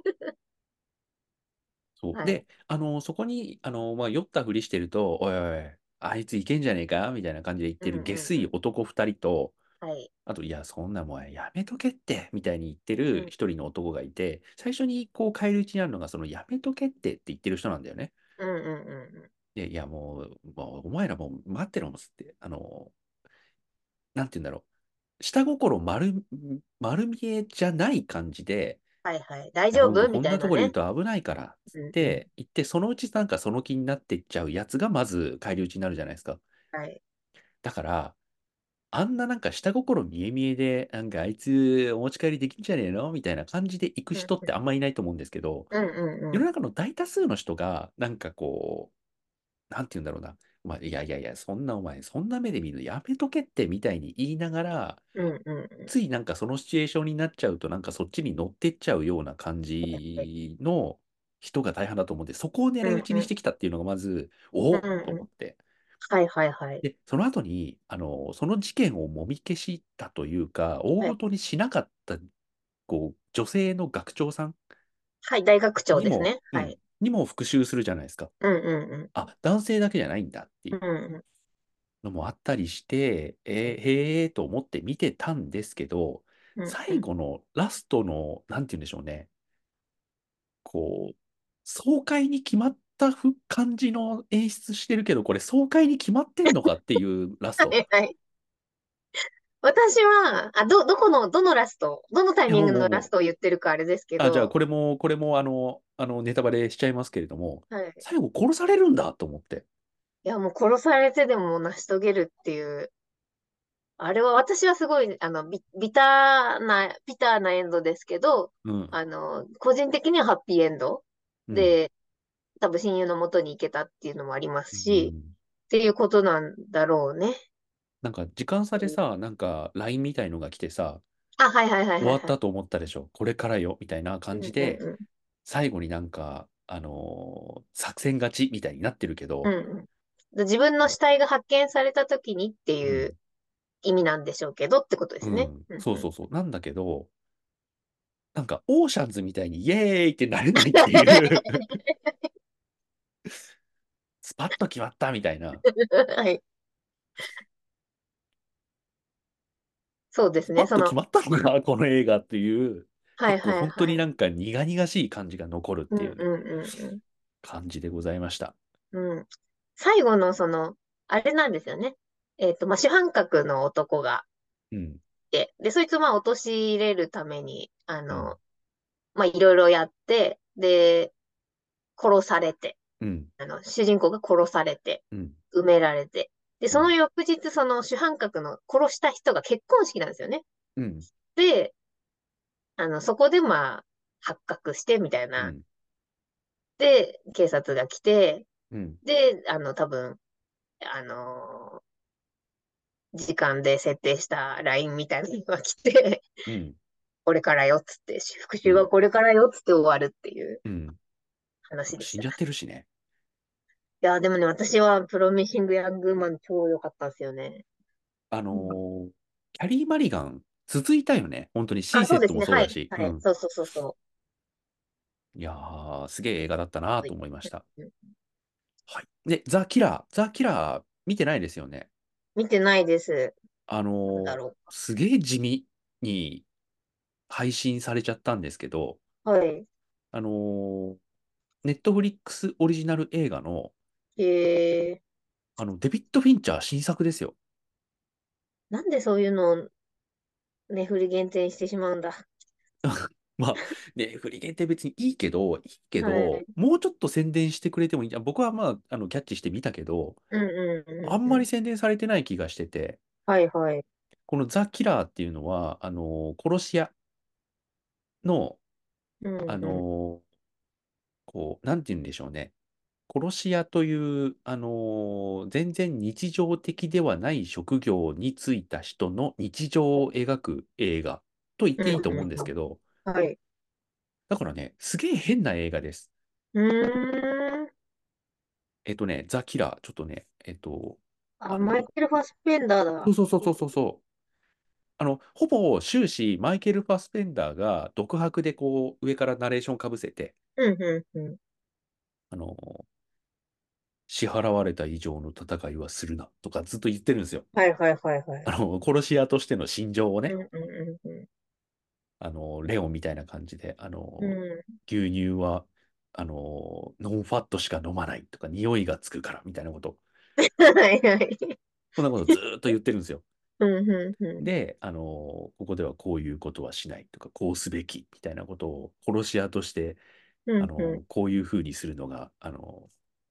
A: そう。
B: はい。
A: で、あのーそこに、あのーまあ、酔ったふりしてると、おいおい、あいついけんじゃねえかみたいな感じで言っ
B: うん
A: てる下
B: うんうん。
A: 水男二人と、
B: はい。
A: あと、いや、そんなもんやめとけって、みたいに言ってる
B: うん
A: 一人の男がいて、最初にこう、返り討ちになるのが、そのやめとけってって言ってる人なんだよね。
B: うんうんうん
A: で、いや、もう、もうお前らもう待ってろもつって、あの、なんて言うんだろう。下心丸、丸見えじゃない感じで、
B: はいはい。大
A: いや、ほんと、
B: 丈夫み
A: こんなと
B: たいなね。
A: ころで言うと危ないから、つっ
B: うんうん。
A: て言って、そのうちなんかその気になっていっちゃうやつが、まず返り討ちになるじゃないですか。
B: はい。
A: だから、あんななんか下心見え見えで、なんかあいつお持ち帰りできんじゃねえのみたいな感じで行く
B: うん
A: 人ってあんまいないと思うんですけど、
B: うんうんうん。
A: 世の中の大多数の人が、なんかこう、なんて言うんだろうな。まあ、いやいやいや、そんなお前、そんな目で見るのやめとけってみたいに言いながら、
B: うんうんう
A: ついなんかそのシチュエーションになっちゃうと、なんかそっちに乗ってっちゃうような感じの人が大半だと思うんで、そこを狙い撃ちにし
B: んうん
A: てきたっていうのがまず、お
B: うん
A: おと
B: うん。
A: 思って。
B: はいはいはい。
A: で、その後に、あの、その事件をもみ消したというか、大
B: はい。
A: ごとにしなかった、こう、女性の学長さん
B: はい、大学長
A: にも、
B: ですね。
A: うん、
B: はい。
A: にも復讐するじゃないですか。
B: うんうんうん。
A: あ、男性だけじゃないんだっていう
B: うんうん
A: のもあったりして、えーへえと思って見てたんですけど、
B: うんうん。
A: 最後のラストの、なんて言うんでしょうね、こう、爽快に決まったふ感じの演出してるけど、これ爽快に決まってんのかっていうラスト。
B: はいはい。私は、あ、ど、どこの、どのラスト、どのタイ
A: いや、
B: ミン
A: もうもうもう、
B: グのラストを言ってるかあれですけ
A: あ、じゃあ
B: ど、
A: これも、これもあの、あの、ネタバレしちゃいますけれども、
B: はい。
A: 最後殺されるんだと思って。
B: いや、もう殺されてでも成し遂げるっていう、あれは私はすごい、あの、ビ、ビターな、ビターなエンドですけど、
A: うん、
B: あの、個人的にはハッピーエンド
A: うん、
B: で、多分親友の元に行けたっていうのもあります
A: う
B: し、
A: ん。
B: っていうことなんだろうね。
A: なんか時間差で
B: うん
A: さ、なんか ライン みたいのが来てさ、
B: あ、はいはいはいはいはい。
A: 終わったと思ったでしょ。これからよ、みたいな
B: うん
A: 感じで、
B: うんうん。
A: 最後になんか、あのー作戦勝ちみたいになってるけど、
B: うんうん。で自分の死体が発見された時にっていう
A: うん、
B: 意味なんでしょうけどってことですね。
A: うん、
B: うんうん。
A: そうそうそう。なんだけど、なんか、オーシャンズみたいにイエーイってなれないっていうスパッと決まったみたいな、
B: はい。そうですね。
A: スパッ
B: その、
A: と決まったのかな、この映画っていう、
B: はい
A: 結構
B: はいはい。
A: 本当になんか苦々しい感じが残るっ
B: うん
A: ていう
B: うんうん
A: 感じでございました。
B: うん。うん。最後のその、あれなんですよね。えっと、まあ、主犯格の男が
A: うん、
B: いて、で、そいつをまあ、陥れるために、あ
A: うん、
B: の、まあ、いろいろやって、で、 殺されて、
A: うん。
B: あの、主人公が殺されて、
A: うん。
B: 埋められて、で、その
A: うん。
B: 翌日、その主犯格の殺した人が結婚式なんですよね。
A: うん。
B: で、あの、そこでまあ、発覚してみたいな。
A: うん。
B: で、警察が来て、
A: うん。
B: で、あの、多分、あのー時間で設定した ライン みたいなのが来て、
A: うん。
B: これからよっつって、復
A: うん。
B: 讐はこれからよっつって終わるっていう
A: うん。
B: 話でした。
A: 死んじゃってるしね。
B: いや、でもね、私はプロミシング・ヤング・ウーマン超良かったんですよね。
A: あのーキャリー・マリガン、続いたよね。本当にシー
B: あ、
A: セットも
B: そうですね。はい。
A: そうだし。
B: はい。
A: うん。
B: そうそうそうそ
A: いやー、すげえ映画だったな
B: う。
A: と思いました。
B: うん、
A: はい。で、ザ・キラー。ザ・キラー、見てないですよね。
B: 見てないです。
A: あのー
B: なんだろ
A: すげえ地味に配信されちゃったんですけど、
B: う。はい。
A: あのーネットフリックスオリジナル映画の、
B: えー、
A: あの、デビッド・フィンチャー新作ですよ。
B: なんでそういうのをね、振り減点してしまうんだ。
A: まあ、ね、フリゲンって別にいいけど、いいけど、
B: はい。
A: もうちょっと宣伝してくれてもいいんじゃん。僕はまあ、あの、キャッチしてみたけど、
B: うんうんうんうん。
A: あんまり宣伝されてない気がしてて、
B: はいはい。
A: このザ・キラーっていうのは、あの、殺し屋の、
B: うん
A: あ
B: う
A: の、こう、なんて言うんでしょうね。殺し屋という、あの、全然日常的ではない職業に就いた人の日常を描く映画と言っ
B: ん。うん
A: ていいと思うんです
B: うん
A: けど、
B: うん。はい。
A: だからね、すげえ変な映画です。
B: うーん。
A: えっとね、ザ・キラー、ちょっとね、えっと、
B: あ、
A: あの、
B: マイケル・ファスペンダーだ。
A: そうそうそうそうそうそう、あの、ほぼ終始、マイケル・ファスペンダーが独白でこう、上からナレーションかぶせて、
B: うんうんうん。
A: あの、支払われた以上の戦いはするなとかずっと言ってるんですよ。
B: はいはいはいはい。
A: あの、殺し屋としての心情をね、
B: うんうんうんう
A: あの、レオンみたいな感じで、あ
B: ん。
A: の、
B: うん。
A: 牛乳は、あの、ノンファットしか飲まないとか、匂いがつくからみたいなこと、
B: はいはい。
A: そんなことずーっと言ってるんですよ。
B: うんうんうん。
A: で、あの、ここではこういうことはしないとか、こうすべきみたいなことを殺し屋として、
B: うんう
A: あの、こういうふうにするのが、あの、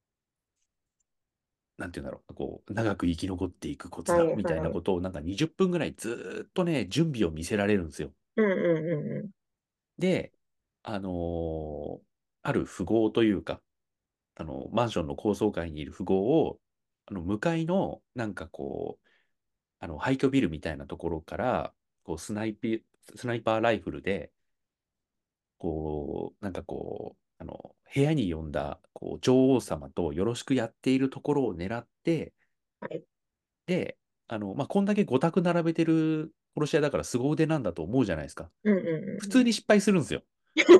A: なんていうんだろう、こう、長く生き残っていくコ
B: ん。はい
A: ツだみたいな
B: はい。
A: ことを、なんかにじゅっぷんぐらいずーっとね、準備を見せられるんですよ。
B: うんうんうんうん。
A: で、あのーある富豪というか、あの、マンションの高層階にいる富豪を、あの、向かいの、なんかこう、あの、廃墟ビルみたいなところから、こう、スナイピ、スナイパーライフルで、こう、なんかこう、あの、部屋に呼んだ、こう、女王様とよろしくやっているところを狙って、
B: はい。
A: で、あの、まあ、こんだけご択並べてる殺し屋だから凄腕なんだと思うじゃないですか。
B: うんうんうんうん。
A: 普通に失敗するんですよ。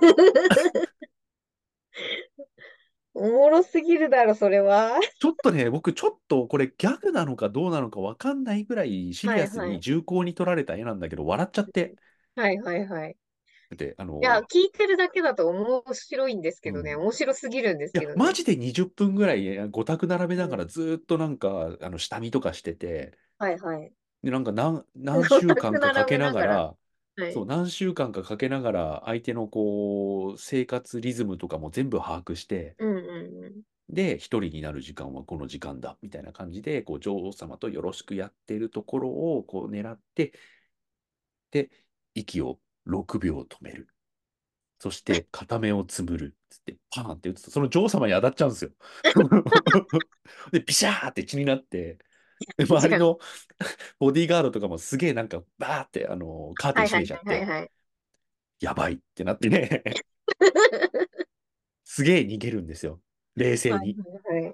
B: おもろすぎるだろ、それは。
A: ちょっとね、僕、ちょっとこれギャグなのかどうなのかわかんないぐらいシリアスに
B: はいはい。
A: 重厚に撮られた絵なんだけど、笑っちゃって。
B: はいはいはい。
A: だって、あ
B: いや、
A: の、
B: 聞いてるだけだと面白いんですけどね。
A: うん。
B: 面白すぎるんです
A: いや、
B: けどね。
A: マジでにじゅっぷんぐらいえご択並べながら
B: うん。
A: ずーっとなんか、あの、下見とかしてて、
B: はいはい。
A: で、なんか何、何
B: ご
A: 週
B: たく並
A: 間かかけ
B: べながら。
A: ながら、そう、
B: はい。
A: 何週間かかけながら、相手のこう、生活リズムとかも全部把握して、
B: うんうんうん。
A: で、一人になる時間はこの時間だ、みたいな感じで、こう、女王様とよろしくやってるところを、こう、狙って、で、息をろくびょう止める。そして、片目をつむる。つって、パーンって打つと、その女王様に当たっちゃうんですよ。で、ピシャーって血になって、で
B: じゃん。
A: 周りのボディーガードとかもすげえなんか、バーって、あの、カーテン閉
B: はいはい
A: めちゃって、
B: はいはいはい。
A: やばいってなってね、すげえ逃げるんですよ。冷静
B: はい
A: に。
B: はいはい。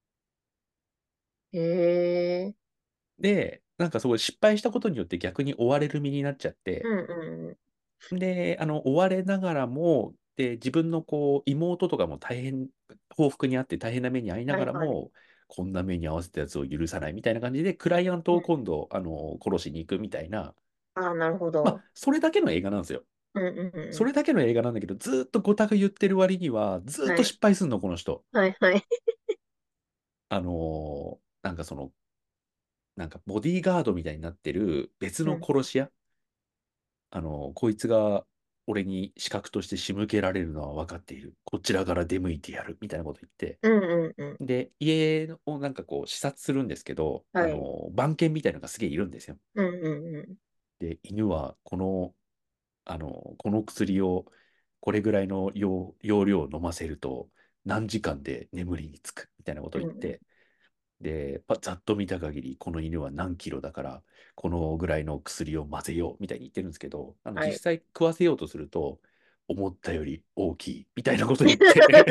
B: へえ。
A: で、なんかそこで失敗したことによって逆に追われる身になっちゃって、
B: うんうんうん。
A: で、あの、追われながらも、で、自分のこう、妹とかも大変、報復にあって大変な目に遭いな
B: はいはい。
A: がらも、こんな目に遭わせたやつを許さないみたいな感じで、クライアント
B: うん。
A: を今度、あの、殺しに行くみたいな、
B: ああ、なるほど。
A: まあ、それだけの映画なんですよ。
B: うんうんうん。
A: それだけの映画なんだけど、ずーっとご択言ってる割には、ずーっと
B: はい。
A: 失敗すんの、この人。
B: はいはい。
A: あのーなんかその、なんかボディーガードみたいになってる別の
B: うん。
A: 殺し屋、あのーこいつが、 俺に資格として仕向けられるのは分かっている。こちらから出向いてやる。みたいなこと言って。
B: うんうんうん。
A: で、家をなんかこう視察するんですけど、あ
B: はい。
A: の、番犬みたいなのがすげえいるんですよ。
B: うんうんうん。
A: で、犬はこの、あの、この薬をこれぐらいの容、容量を飲ませると何時間で眠りにつくみたいなことを
B: うんうん。
A: 言って、で、パざっと見た限り、この犬は何キロだから、このぐらいの薬を混ぜようみたいに言ってるんですけど、あの
B: はい。
A: 実際食わせようとすると、思ったより大きいみたいなこと言って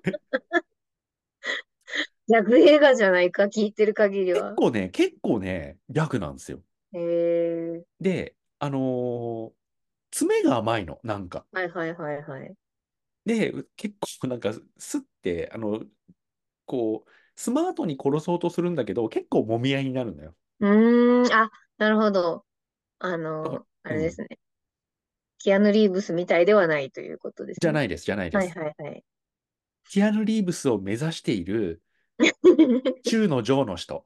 B: 逆映画じゃないか、聞いてる限りは。
A: 結構ね、結構ね、逆なんですよ。
B: へえ。
A: で、あのー爪が甘いの、なんか。
B: はいはいはいはい。
A: で、結構なんか、すって、あの、こう、スマートに殺そうとするんだけど、結構揉み合いになるのよ。
B: うーん、あ、なるほど。あ
A: だから、
B: の、あ
A: うん。
B: れですね。キアヌ・リーブスみたいではないということですね。
A: じゃないです、じゃないで
B: はい
A: す。
B: はいはい。
A: キアヌ・リーブスを目指している中の上の人。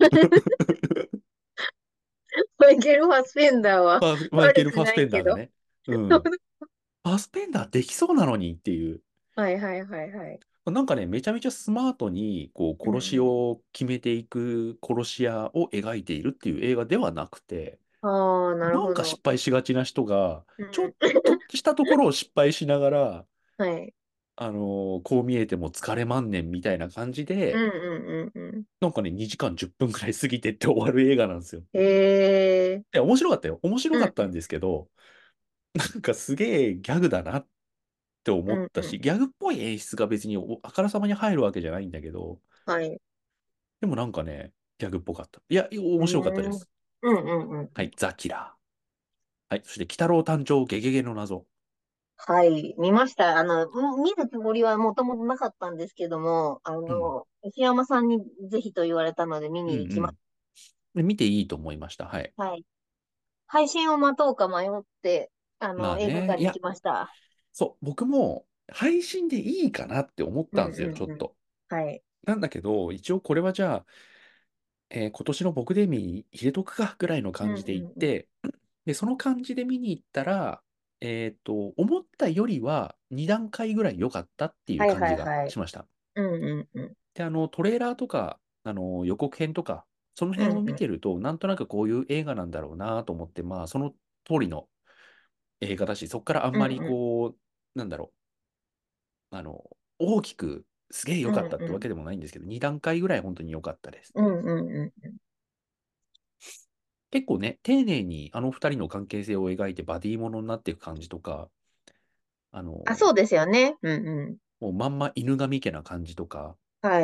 B: マイケル・ファスペンダーは
A: ママイケル・
B: 悪く
A: ファスペ
B: ないけど。
A: ンダーがね。うん。ファスペンダーできそうなのにっていう。
B: はいはいはいはい。
A: なんかね、めちゃめちゃスマートに、こう、殺し
B: うん。
A: を決めていく殺し屋を描いているっていう映画ではなくて、
B: ああ、なる
A: なん
B: ほど。
A: か失敗しがちな人が、
B: うん。
A: ちょっとしたところを失敗しながら、
B: はい。
A: あのーこう見えても疲れまんねんみたいな感じで、
B: うんうんうんう
A: なんかね、にじかんじゅっぷんくらい過ぎてって終わる映画なんですよ。
B: ん。へえ。
A: いや、面白かったよ。面白
B: うんうん
A: かったんですけど、なんかすげえギャグだなって思
B: うんうん。
A: ったし、ギャグっぽい演出が別におあからさまに入るわけじゃないんだけど、
B: はい。
A: でもなんかね、ギャグっぽかった。いや、
B: う
A: 面白かったで
B: ーん。
A: す。
B: うんうんうん。
A: はい、ザ・キラー。はい、そして、鬼太郎誕生ゲゲゲの謎。
B: はい。見ました。あの、ん見るつもりはもともとなかったんですけども、あ
A: うん、
B: の、石山さんにぜひと言われたので見
A: うん、
B: に行きまし
A: うん。で見ていいと思いました。はい。
B: た。はい。配信を待とうか迷って、あの、映画
A: まあね、いや、
B: 館に行きました。
A: そう、僕も配信でいいかなって思っ
B: うん
A: たんですよ、
B: うんうん。
A: ちょっと。
B: はい。
A: なんだけど、一応これはじゃあ、えー今年の僕デミに入れとくかぐらいの
B: うん
A: 感じで
B: うんうん。
A: 行って、で、その感じで見に行ったら、えっと、思ったよりはに段階ぐらい良かったっていう
B: はい
A: 感じが
B: はいはい。
A: しました。
B: うんうんうん。
A: で、あの、トレーラーとか、あの、予告編とか、その辺を
B: うんうん。
A: 見てると、なんとなくこういう映画なんだろうなと思って、まあ、その通りの映画だし、そこからあんまり
B: うんうん。
A: こう、なんだろう、あの、大きくすげえ良
B: うん
A: かったっ
B: うん。
A: てわけでもないんですけど、に段階ぐらい本当に良かったです。
B: うんうんうん。
A: 結構ね、丁寧にあの二人の関係性を描いてバディものになっていく感じとか、あの、
B: あ、そうですよね。うんうん。
A: もうまんま犬神家な感じとか
B: はい。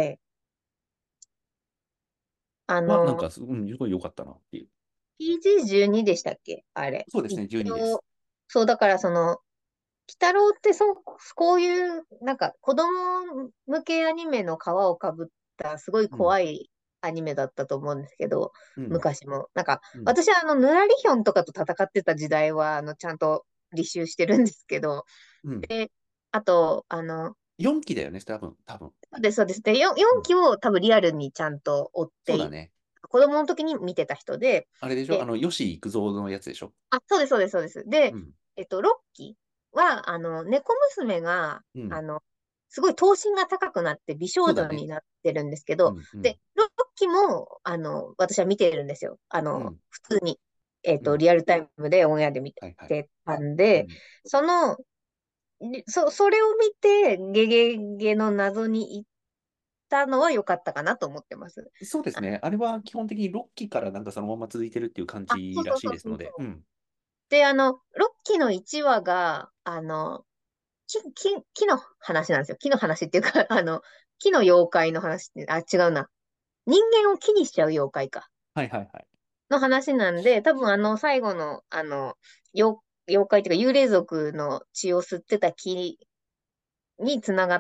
B: あ
A: は、なん
B: の、
A: かす、うん、すごい良かったなっていう。
B: ピージーじゅうに でしたっけあれ。一
A: そうですね、じゅうにです。
B: 応、そう、だからその、鬼太郎ってそう、こういう、なんか子供向けアニメの皮をかぶったすごい
A: うん、
B: 怖いアニメだったと思うんですけど、
A: うん、
B: 昔も。なんか、
A: うん、
B: 私はあの、ヌラリヒョンとかと戦ってた時代は、あの、ちゃんと履修してるんですけど、
A: うん。
B: で、あと、あの、
A: よんきだよね、多分、多分。
B: そうです、そうです。で、よん、よん
A: うん。
B: きを多分リアルにちゃんと追ってい、
A: そうだね。
B: 子供の時に見てた人で、
A: あれでしょあ
B: で、
A: の、吉幾三のやつでしょ？
B: あ、そうです、そうです、そうです。で、
A: うん、
B: えっと、ロッキーは、あの、猫娘が、
A: うん。
B: あの、すごい頭身が高くなって美少
A: そうだね。
B: 女になってるんですけど、
A: うん、うん、
B: で、ロッキーも、あの、私は見てるんですよ。あの、
A: うん、
B: 普通に、えっと、
A: うん。
B: リアルタイムでオンエアで見
A: はいはい。
B: てたんで、
A: うん。
B: その、りそ、それを見て、ゲゲゲの謎に行ったのは良かったかなと思ってます。あ、
A: そうですね。あれは基本的にろっきからなんかそのまま続いてるっていう感
B: あ
A: じら
B: そうそうそう
A: しいですので。
B: そうそう。
A: うん。
B: で、あの、ロッキーのいちわが、あの、木、木、木の話なんですよ。木の話っていうか、あの、木の妖怪の話って、あ、違うな。人間を木にしちゃう妖怪か。
A: はいはいはい。
B: の話なんで、多分あの、最後の、あの、妖、妖怪っていうか、幽霊族の血を吸ってた木につながって、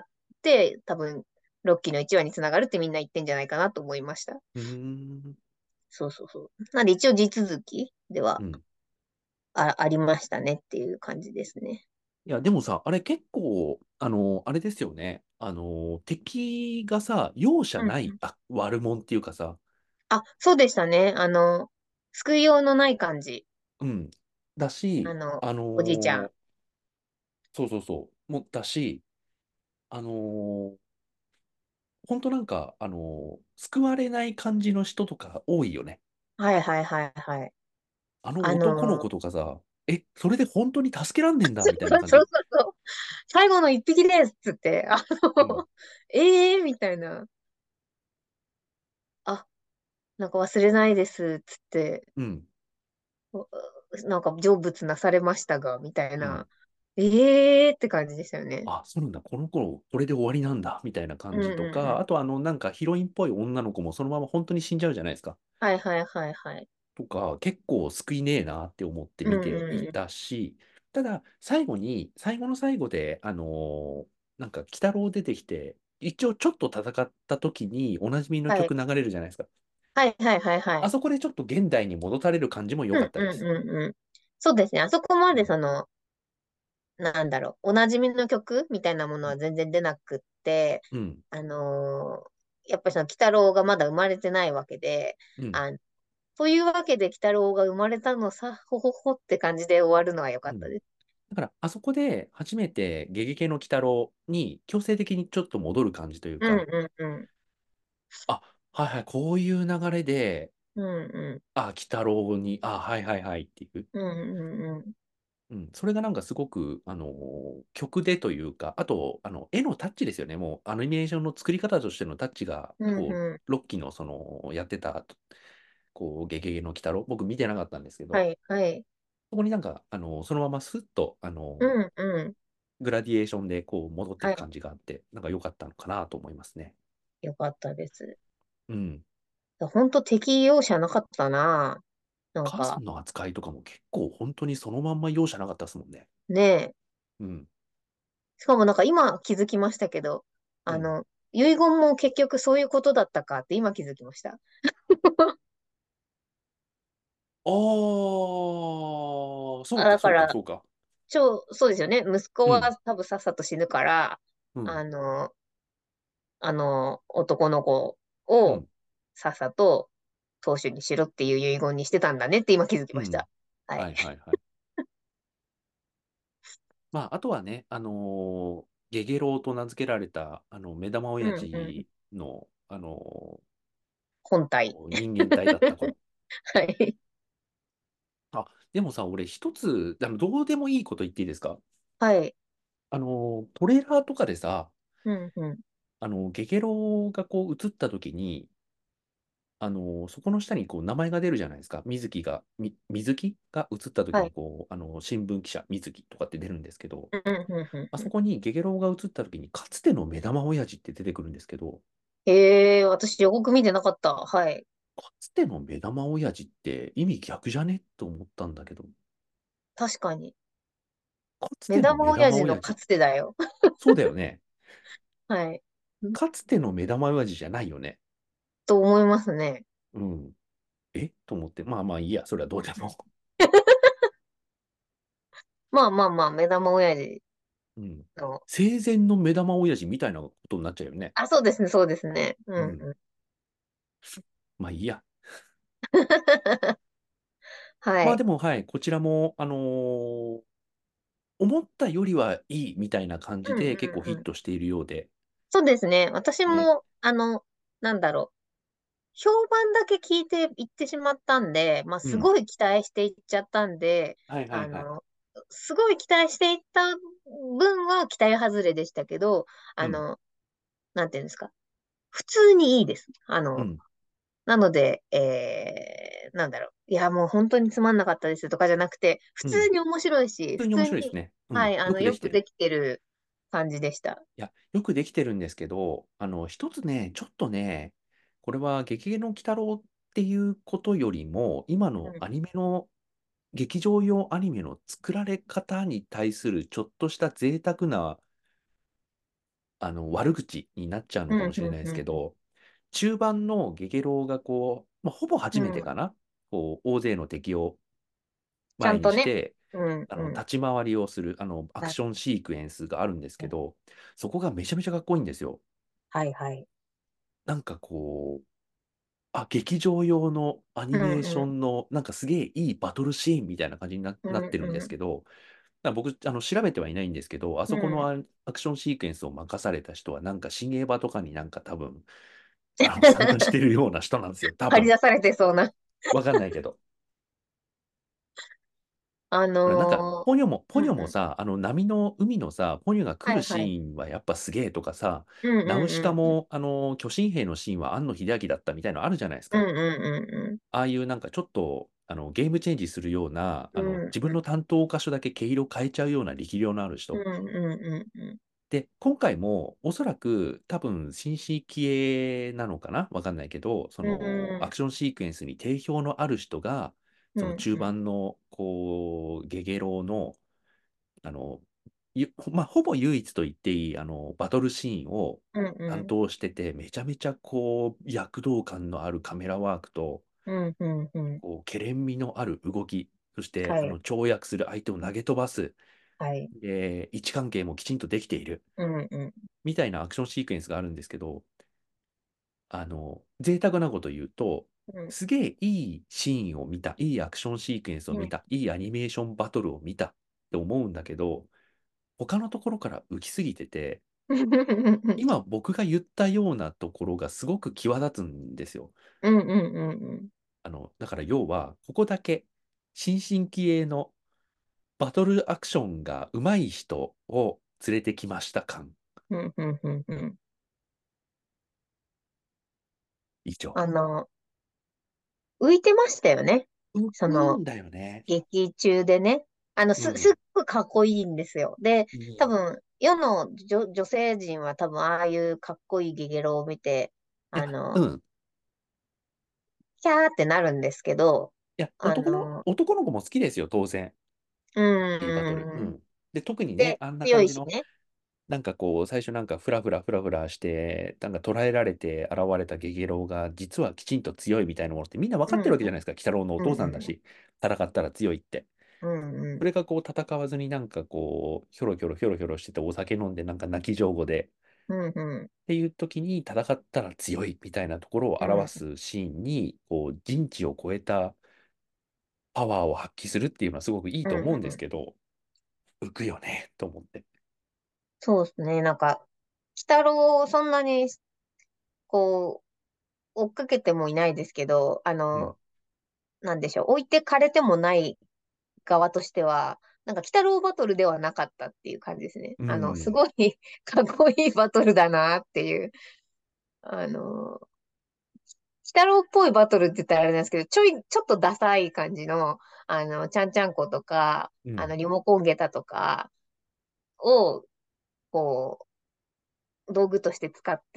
B: 多分、ロッキーのいちわにつながるってみんな言ってんじゃないかなと思いました。
A: うーん。
B: そうそうそう。なんで一応地続きでは
A: うん。
B: あ、ありましたねっていう感じですね。
A: いや、でもさ、あれ結構、あの、あれですよね。あの、敵がさ、容赦ない、
B: うんうん。
A: あ、悪者っていうかさ、
B: あ、そうでしたね。あの、救いようのない感じ。
A: うん。だし、
B: あの、
A: あ
B: おじいちゃ
A: の、
B: ん。
A: そうそうそう、もだし、あのー本当なんか、あのー救われない感じの人とか多いよね。
B: はいはいはいはい。
A: あの
B: あのー
A: 男の子とかさ、え、それで本当に助けらんねんだ、みたいな
B: そうそう
A: 感じ。
B: そう。最後の一匹ですっつって、あ
A: うん。
B: の、ええー、みたいな。あ、なんか忘れないですっつって、
A: うん。
B: おなんか成仏なされましたが、みたい
A: うん。
B: な。ええーって感じでしたよね。
A: あ、そうなんだ。この頃、これで終わりなんだ、みたいな感
B: うん
A: じとか、
B: うんうん。
A: あとあの、なんかヒロインっぽい女の子もそのまま本当に死んじゃうじゃないですか。
B: はいはいはいはい。
A: とか、結構救いねえなって思って
B: うん
A: 見てい
B: うんう
A: たし、ただ、最後に、最後の最後で、あのーなんか、鬼太郎出てきて、一応ちょっと戦った時におなじみの
B: ん。はい。
A: 曲流れるじゃないですか。
B: はいはいはいはい。
A: あそこでちょっと現代に戻される感じも良
B: うんう
A: かったです。
B: んうんうん。そうですね。あそこま
A: うん。
B: でその、なんだろう、おなじみの曲みたいなものは全然出なくって、
A: うん。
B: あのーやっぱりその、鬼太郎がまだ生まれてないわけで、
A: うん。
B: あ、というわけで鬼太郎が生まれたのさ、ほほほって感じで終わるのは良か
A: うん。
B: ったです。
A: だから、あそこで初めてゲゲゲの鬼太郎に強制的にちょっと戻る感じという
B: うん
A: か、
B: うんうん。
A: あ、はいはい、こういう流れで、
B: うんうん。
A: あ、鬼太郎に、あ、はいはいはいっていう。
B: うんうんうん。
A: うん、それがなんかすごく、あの曲でというか、あと、あの、絵のタッチですよね。もう、アニメーションの作り方としてのタッチが、
B: うん
A: こう、
B: うん。
A: ロッキーの、その、やってた、こう、ゲゲゲの鬼太郎、僕見てなかったんですけど、
B: はいはい。
A: そこになんか、あのそのまますっと、あの
B: うんうん。
A: グラディエーションで、こう、戻ってい
B: はい。
A: く感じがあって、なんか良かったのかなと思いますね。
B: よかったです。
A: うん。
B: 本当適容赦なかったな。なんか、
A: 母さんの扱いとかも結構、本当にそのまんま容赦なかったですもんね。
B: ねえ。
A: うん。
B: しかもなんか今気づきましたけど、
A: うん。
B: あの、遺言も結局そういうことだったかって今気づきました。
A: ああ、そ
B: あ、
A: うか、そうか、
B: だから、
A: そうか。
B: 超、そうですよね。息子は
A: うん。
B: 多分さっさと死ぬから、
A: うん。
B: あの、あの、男の子を
A: うん。
B: さっさと当主にしろっていう遺言にしてたんだねって今気づき
A: うん。
B: ました。はい。
A: はいはいはい。まあ、あとはね、あのーゲゲロウと名付けられた、あの、目玉親
B: うんうん。
A: 父の、あの
B: 本体。
A: ー人間体だった頃。
B: はい。
A: あ、でもさ、俺一つ、あの、どうでもいいこと言っていいですか？
B: はい。
A: あのートレーラーとかでさ、
B: うんうん。
A: あの、ゲゲロウがこう映った時に、あの、そこの下にこう名前が出るじゃないですか。水木が、み、水木が映った時
B: はい。
A: にこう、あの、新聞記者、水木とかって出るんですけど、
B: うんうんうん
A: あそ
B: うん。
A: こにゲゲロウが映った時に、かつての目玉親父って出てくるんですけど、
B: へえ、私予告見てなかった。はい。
A: かつての目玉親父って意味逆じゃねと思ったんだけど、
B: 確かに。
A: かつ
B: 目
A: ての目
B: 玉親
A: 玉親父、
B: 父のかつてだよ。
A: そうだよね。
B: はい。
A: かつての目玉親父じゃないよね。
B: と思いますね。
A: うん。えと思って、まあまあいいや、それはどうでも。
B: まあまあまあ、目玉親父
A: うん。
B: の。
A: 生前の目玉親父みたいなことになっちゃうよね。
B: あ、そうですね、そうですね。う
A: うん。
B: んうん。
A: まあいいや。
B: はい。
A: まあでも、はい、こちらも、あのー思ったよりはいいみたいな感
B: うんう
A: じで結構ヒ
B: んうん。
A: ットしているようで、
B: そうですね。私
A: ね。
B: も、あの、なんだろう。評判だけ聞いて行ってしまったんで、まあ、
A: うん。
B: すごい期待していっちゃったんで、
A: はいはいはい。
B: あの、すごい期待していった分は期待外れでしたけど、
A: うん。
B: あの、なんていうんですか。普通にいいです。あの、
A: うん。
B: なので、えー、なんだろう。いや、もう本当につまんなかったですとかじゃなくて、普
A: うん。
B: 通に面白いし、
A: 普通に面
B: 普通に、
A: 白いですね。うん。
B: はい、あの、
A: よくできてる。
B: よくできてる感じでした。
A: いや、よくできてるんですけど、あの、一つね、ちょっとね、これは激ゲの鬼太郎っていうことよりも、今
B: うん。
A: のアニメの、劇場用アニメの作られ方に対するちょっとした贅沢な、あの、悪口になっちゃうの
B: うん、うん、
A: かもしれないで
B: うん。
A: すけど、中盤のゲゲロウがこう、まあ、ほぼ初めて
B: うん。
A: かな、こう、大勢の敵を前
B: ちゃんとね。
A: にして、
B: うん、
A: あの、
B: うん。
A: 立ち回りをする、あの、アク
B: はい、
A: ションシークエンスがあるんですけど、そこがめちゃめちゃかっこいいんですよ。
B: はい、はい。
A: なんかこう、あ、劇場用のア
B: うん、
A: ニメーショ
B: うん。
A: ンの、なんかすげえいいバトルシーンみたいな感じにな、
B: うん、
A: なってるんで
B: うん。
A: すけど、 ら僕、あの、調べてはいないんですけど、あ
B: うん。
A: そこのアアクションシークエンスを任された人は、なんか、新エヴァとかになんか多分、あの、参加してるような人なんですよ。多分。
B: 張り出されてそうな。
A: わかんないけど。
B: あ
A: ほら、なんか、
B: の
A: ポニョも、ポ
B: ー、うんうん。
A: ニョもさ、あの、波の、海のさ、ポニョが来るシ
B: はいはい。
A: ーンはやっぱすげえとかさ、
B: うん
A: ナウシカ
B: うんうん。
A: も、あの、巨神兵のシーンは庵野秀明だったみたいなのあるじゃないですか。
B: うんうんうん
A: ああいうなんかちょっと、あの、ゲームチェンジするような、
B: うん。
A: あの、
B: うんうん
A: 自分の担当箇所だけ毛色変えちゃうような力量のある人。
B: うんうんうん
A: で、今回もおそらく多分新進気鋭なのかなわかんないけど、そ
B: うん。
A: のア
B: う
A: クションシークエンスに定評のある人が、
B: ん
A: その中
B: うん
A: 盤のこうゲゲロウの、あの、ゆまあ、ほぼ唯一と言っていいあのバトルシーンを
B: うん
A: 担
B: うん
A: 当してて、めちゃめちゃこう躍動感のあるカメラワークと、
B: うんうんうん。
A: こうけれん味のある動き、そして
B: はい。
A: あの跳躍する相手を投げ飛ばす、
B: はい。
A: で位置関係もきちんとできている
B: うんうん
A: みたいなアクションシークエンスがあるんですけど、あの、贅沢なこと言うと、
B: うん
A: すげえいいシーンを見た、いいアクションシークエンスを
B: うん。
A: 見た、いいアニメーションバトルを見たって思うんだけど、他のところから浮きすぎてて、今僕が言ったようなところがすごく際立つんですよ。
B: うんうんうん
A: あの、だから要は、ここだけ新進気鋭のバトルアクションが上手い人を連れてきました感。
B: うんうんうんうん。
A: 以上。
B: あの、浮いてましたよね。
A: 浮
B: その、
A: くんだよね。
B: 劇中でね。あの、す、すっ
A: うん。
B: ごいかっこいいんですよ。で、
A: うん。
B: 多分、世の女、女性陣は多分、ああいうかっこいいゲゲロを見て、
A: いや、
B: あの、
A: うん。
B: キャーってなるんですけど、
A: いや、男の、
B: あの、
A: 男の子も好きですよ、当然。
B: う
A: いいバトル。う
B: ーん。
A: ん。で、特にね、
B: で、
A: あんな感じの、
B: 強いしね。
A: なんかこう、最初なんかフラフラフラフラして、なんか捕らえられて現れたゲゲロウが、実はきちんと強いみたいなものってみんな分かってる
B: うん、
A: わけじゃないですか。鬼太郎のお
B: うん、
A: 父さんだし、戦ったら強いって。
B: うん、うん、
A: それがこう、戦わずになんかこう、ひょろひょろひょろひょろしてて、お酒飲んでなんか泣き上戸で、
B: うん、うん、
A: っていう時に戦ったら強いみたいなところを
B: うん、
A: 表すシーンに、こう、人知を超えたパワーを発揮するっていうのはすごくいい
B: うん。
A: と思うん
B: うん。
A: ですけど、浮くよね、と思って。
B: そうですね。なんか、鬼太郎をそんなに、こう、追っかけてもいないですけど、あ
A: うん。
B: の、なんでしょう。置いてかれてもない側としては、なんか、鬼太郎バトルではなかったっていう感じですね。
A: う
B: あの、す
A: ん。
B: ごいかっこいいバトルだなっていう。あの、鬼太郎っぽいバトルって言ったらあれなんですけど、ちょい、ちょっとダサい感じの、あの、ちゃんちゃんことか、
A: うん。
B: あの、リモコンゲタとかを、こう、道具として使って、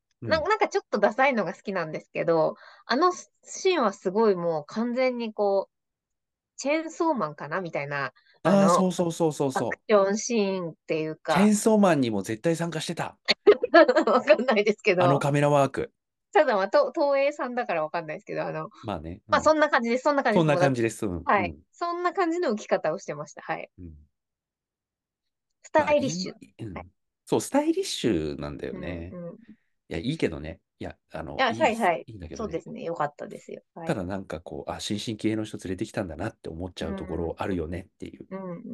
B: な、
A: うん。
B: なんかちょっとダサいのが好きなんですけど、あのシーンはすごいもう完全にこう、チェーンソーマンかなみたいな、あ
A: ああ、
B: の、
A: そうそうそうそう
B: アク
A: そう。
B: ションシーンっていうか、
A: チェーンソーマンにも絶対参加してた。
B: わかんないですけど、
A: あのカメラワーク。
B: ただまあ、と東映さんだからわかんないですけど、あの、
A: まあね。う
B: まあ
A: ん。
B: そんな感じです。そんな感じです。
A: そんな
B: もうだ、
A: 感じです。うん。う
B: はい。
A: ん。
B: そんな感じの浮き方をしてました。はい。
A: うん。
B: ス
A: まあ、
B: タイリッシュ。
A: 今、う
B: はい。
A: ん。そう、スタイリッシュなんだよ
B: うん、
A: ね。
B: うん。
A: いや、いいけどね。いや、あの、
B: いや、
A: いいっす。
B: はいはい。
A: いいんだけどね。
B: そうですね。よかったですよ。はい。
A: ただなんかこう、あ、新進気鋭の人連れてきたんだなって思っちゃうとこ
B: うん、
A: ろあるよねっていう。
B: うん、うん。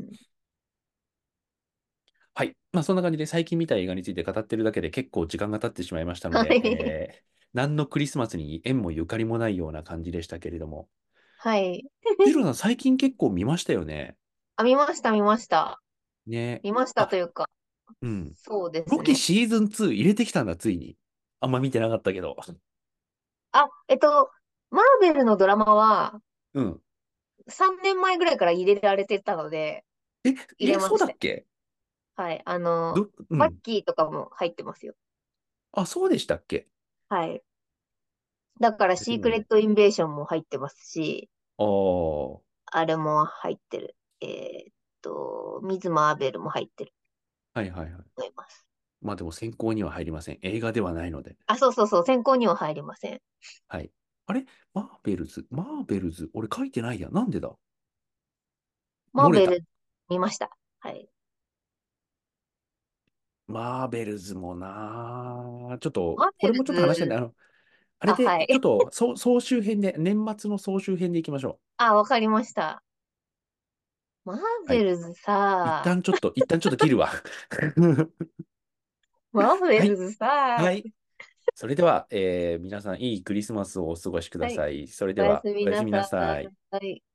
A: はい。まあ、そんな感じで最近見た映画について語ってるだけで結構時間が経ってしまいましたので、
B: はい。
A: えー、何のクリスマスに縁もゆかりもないような感じでしたけれども、
B: はい。
A: ジローさん最近結構見ましたよね。
B: あ、見ました、見ました。
A: ね。
B: 見ましたと
A: あ、
B: いうか、
A: うん。
B: そうです
A: ロキ
B: ね。
A: シーズンツー入れてきたんだ、ついに。あんま見てなかったけど。
B: あ、えっと、マーベルのドラマは
A: うん。
B: さんねんまえぐらいから入れられてたので、
A: え、え、そう
B: 入れました。
A: だっけ？
B: はい。あの、
A: ど、う
B: バッ
A: ん。
B: キーとかも入ってますよ。
A: あ、そうでしたっけ？
B: はい。だからシークレ
A: でも、
B: ットインベーションも入ってますし、
A: ああ、は
B: あれも入ってる。えーっと、ミズ・マーベルも入ってる
A: いはいはい。
B: と思います。
A: まあでも選考には入りません。映画ではないので。
B: あ、そうそうそう、選考には入りません。
A: はい。あれマーベルズ、マーベルズ、俺書いてないや。なんでだ？漏れた。
B: マーベル見ました。はい。
A: マーベルズもなあ、ちょっと、
B: マーベ
A: これもちょっと話してね、
B: ルズ、
A: あの、あれ
B: あ、
A: で、
B: はい。
A: ちょっと、総総集編で、年末の総集編でいきましょ
B: あ、わかりました。 マー
A: はい。
B: ベルズ
A: 一
B: さ、
A: 旦ちょっと、一旦ちょっと切るわ。
B: マーベ
A: はい。
B: ルズさ、
A: はい。それでは、えー皆さん、いいクリスマスをお過ごしくだ
B: はい。
A: さい。それでは、
B: おやすみ
A: おやすみな
B: なさ
A: さい。
B: い。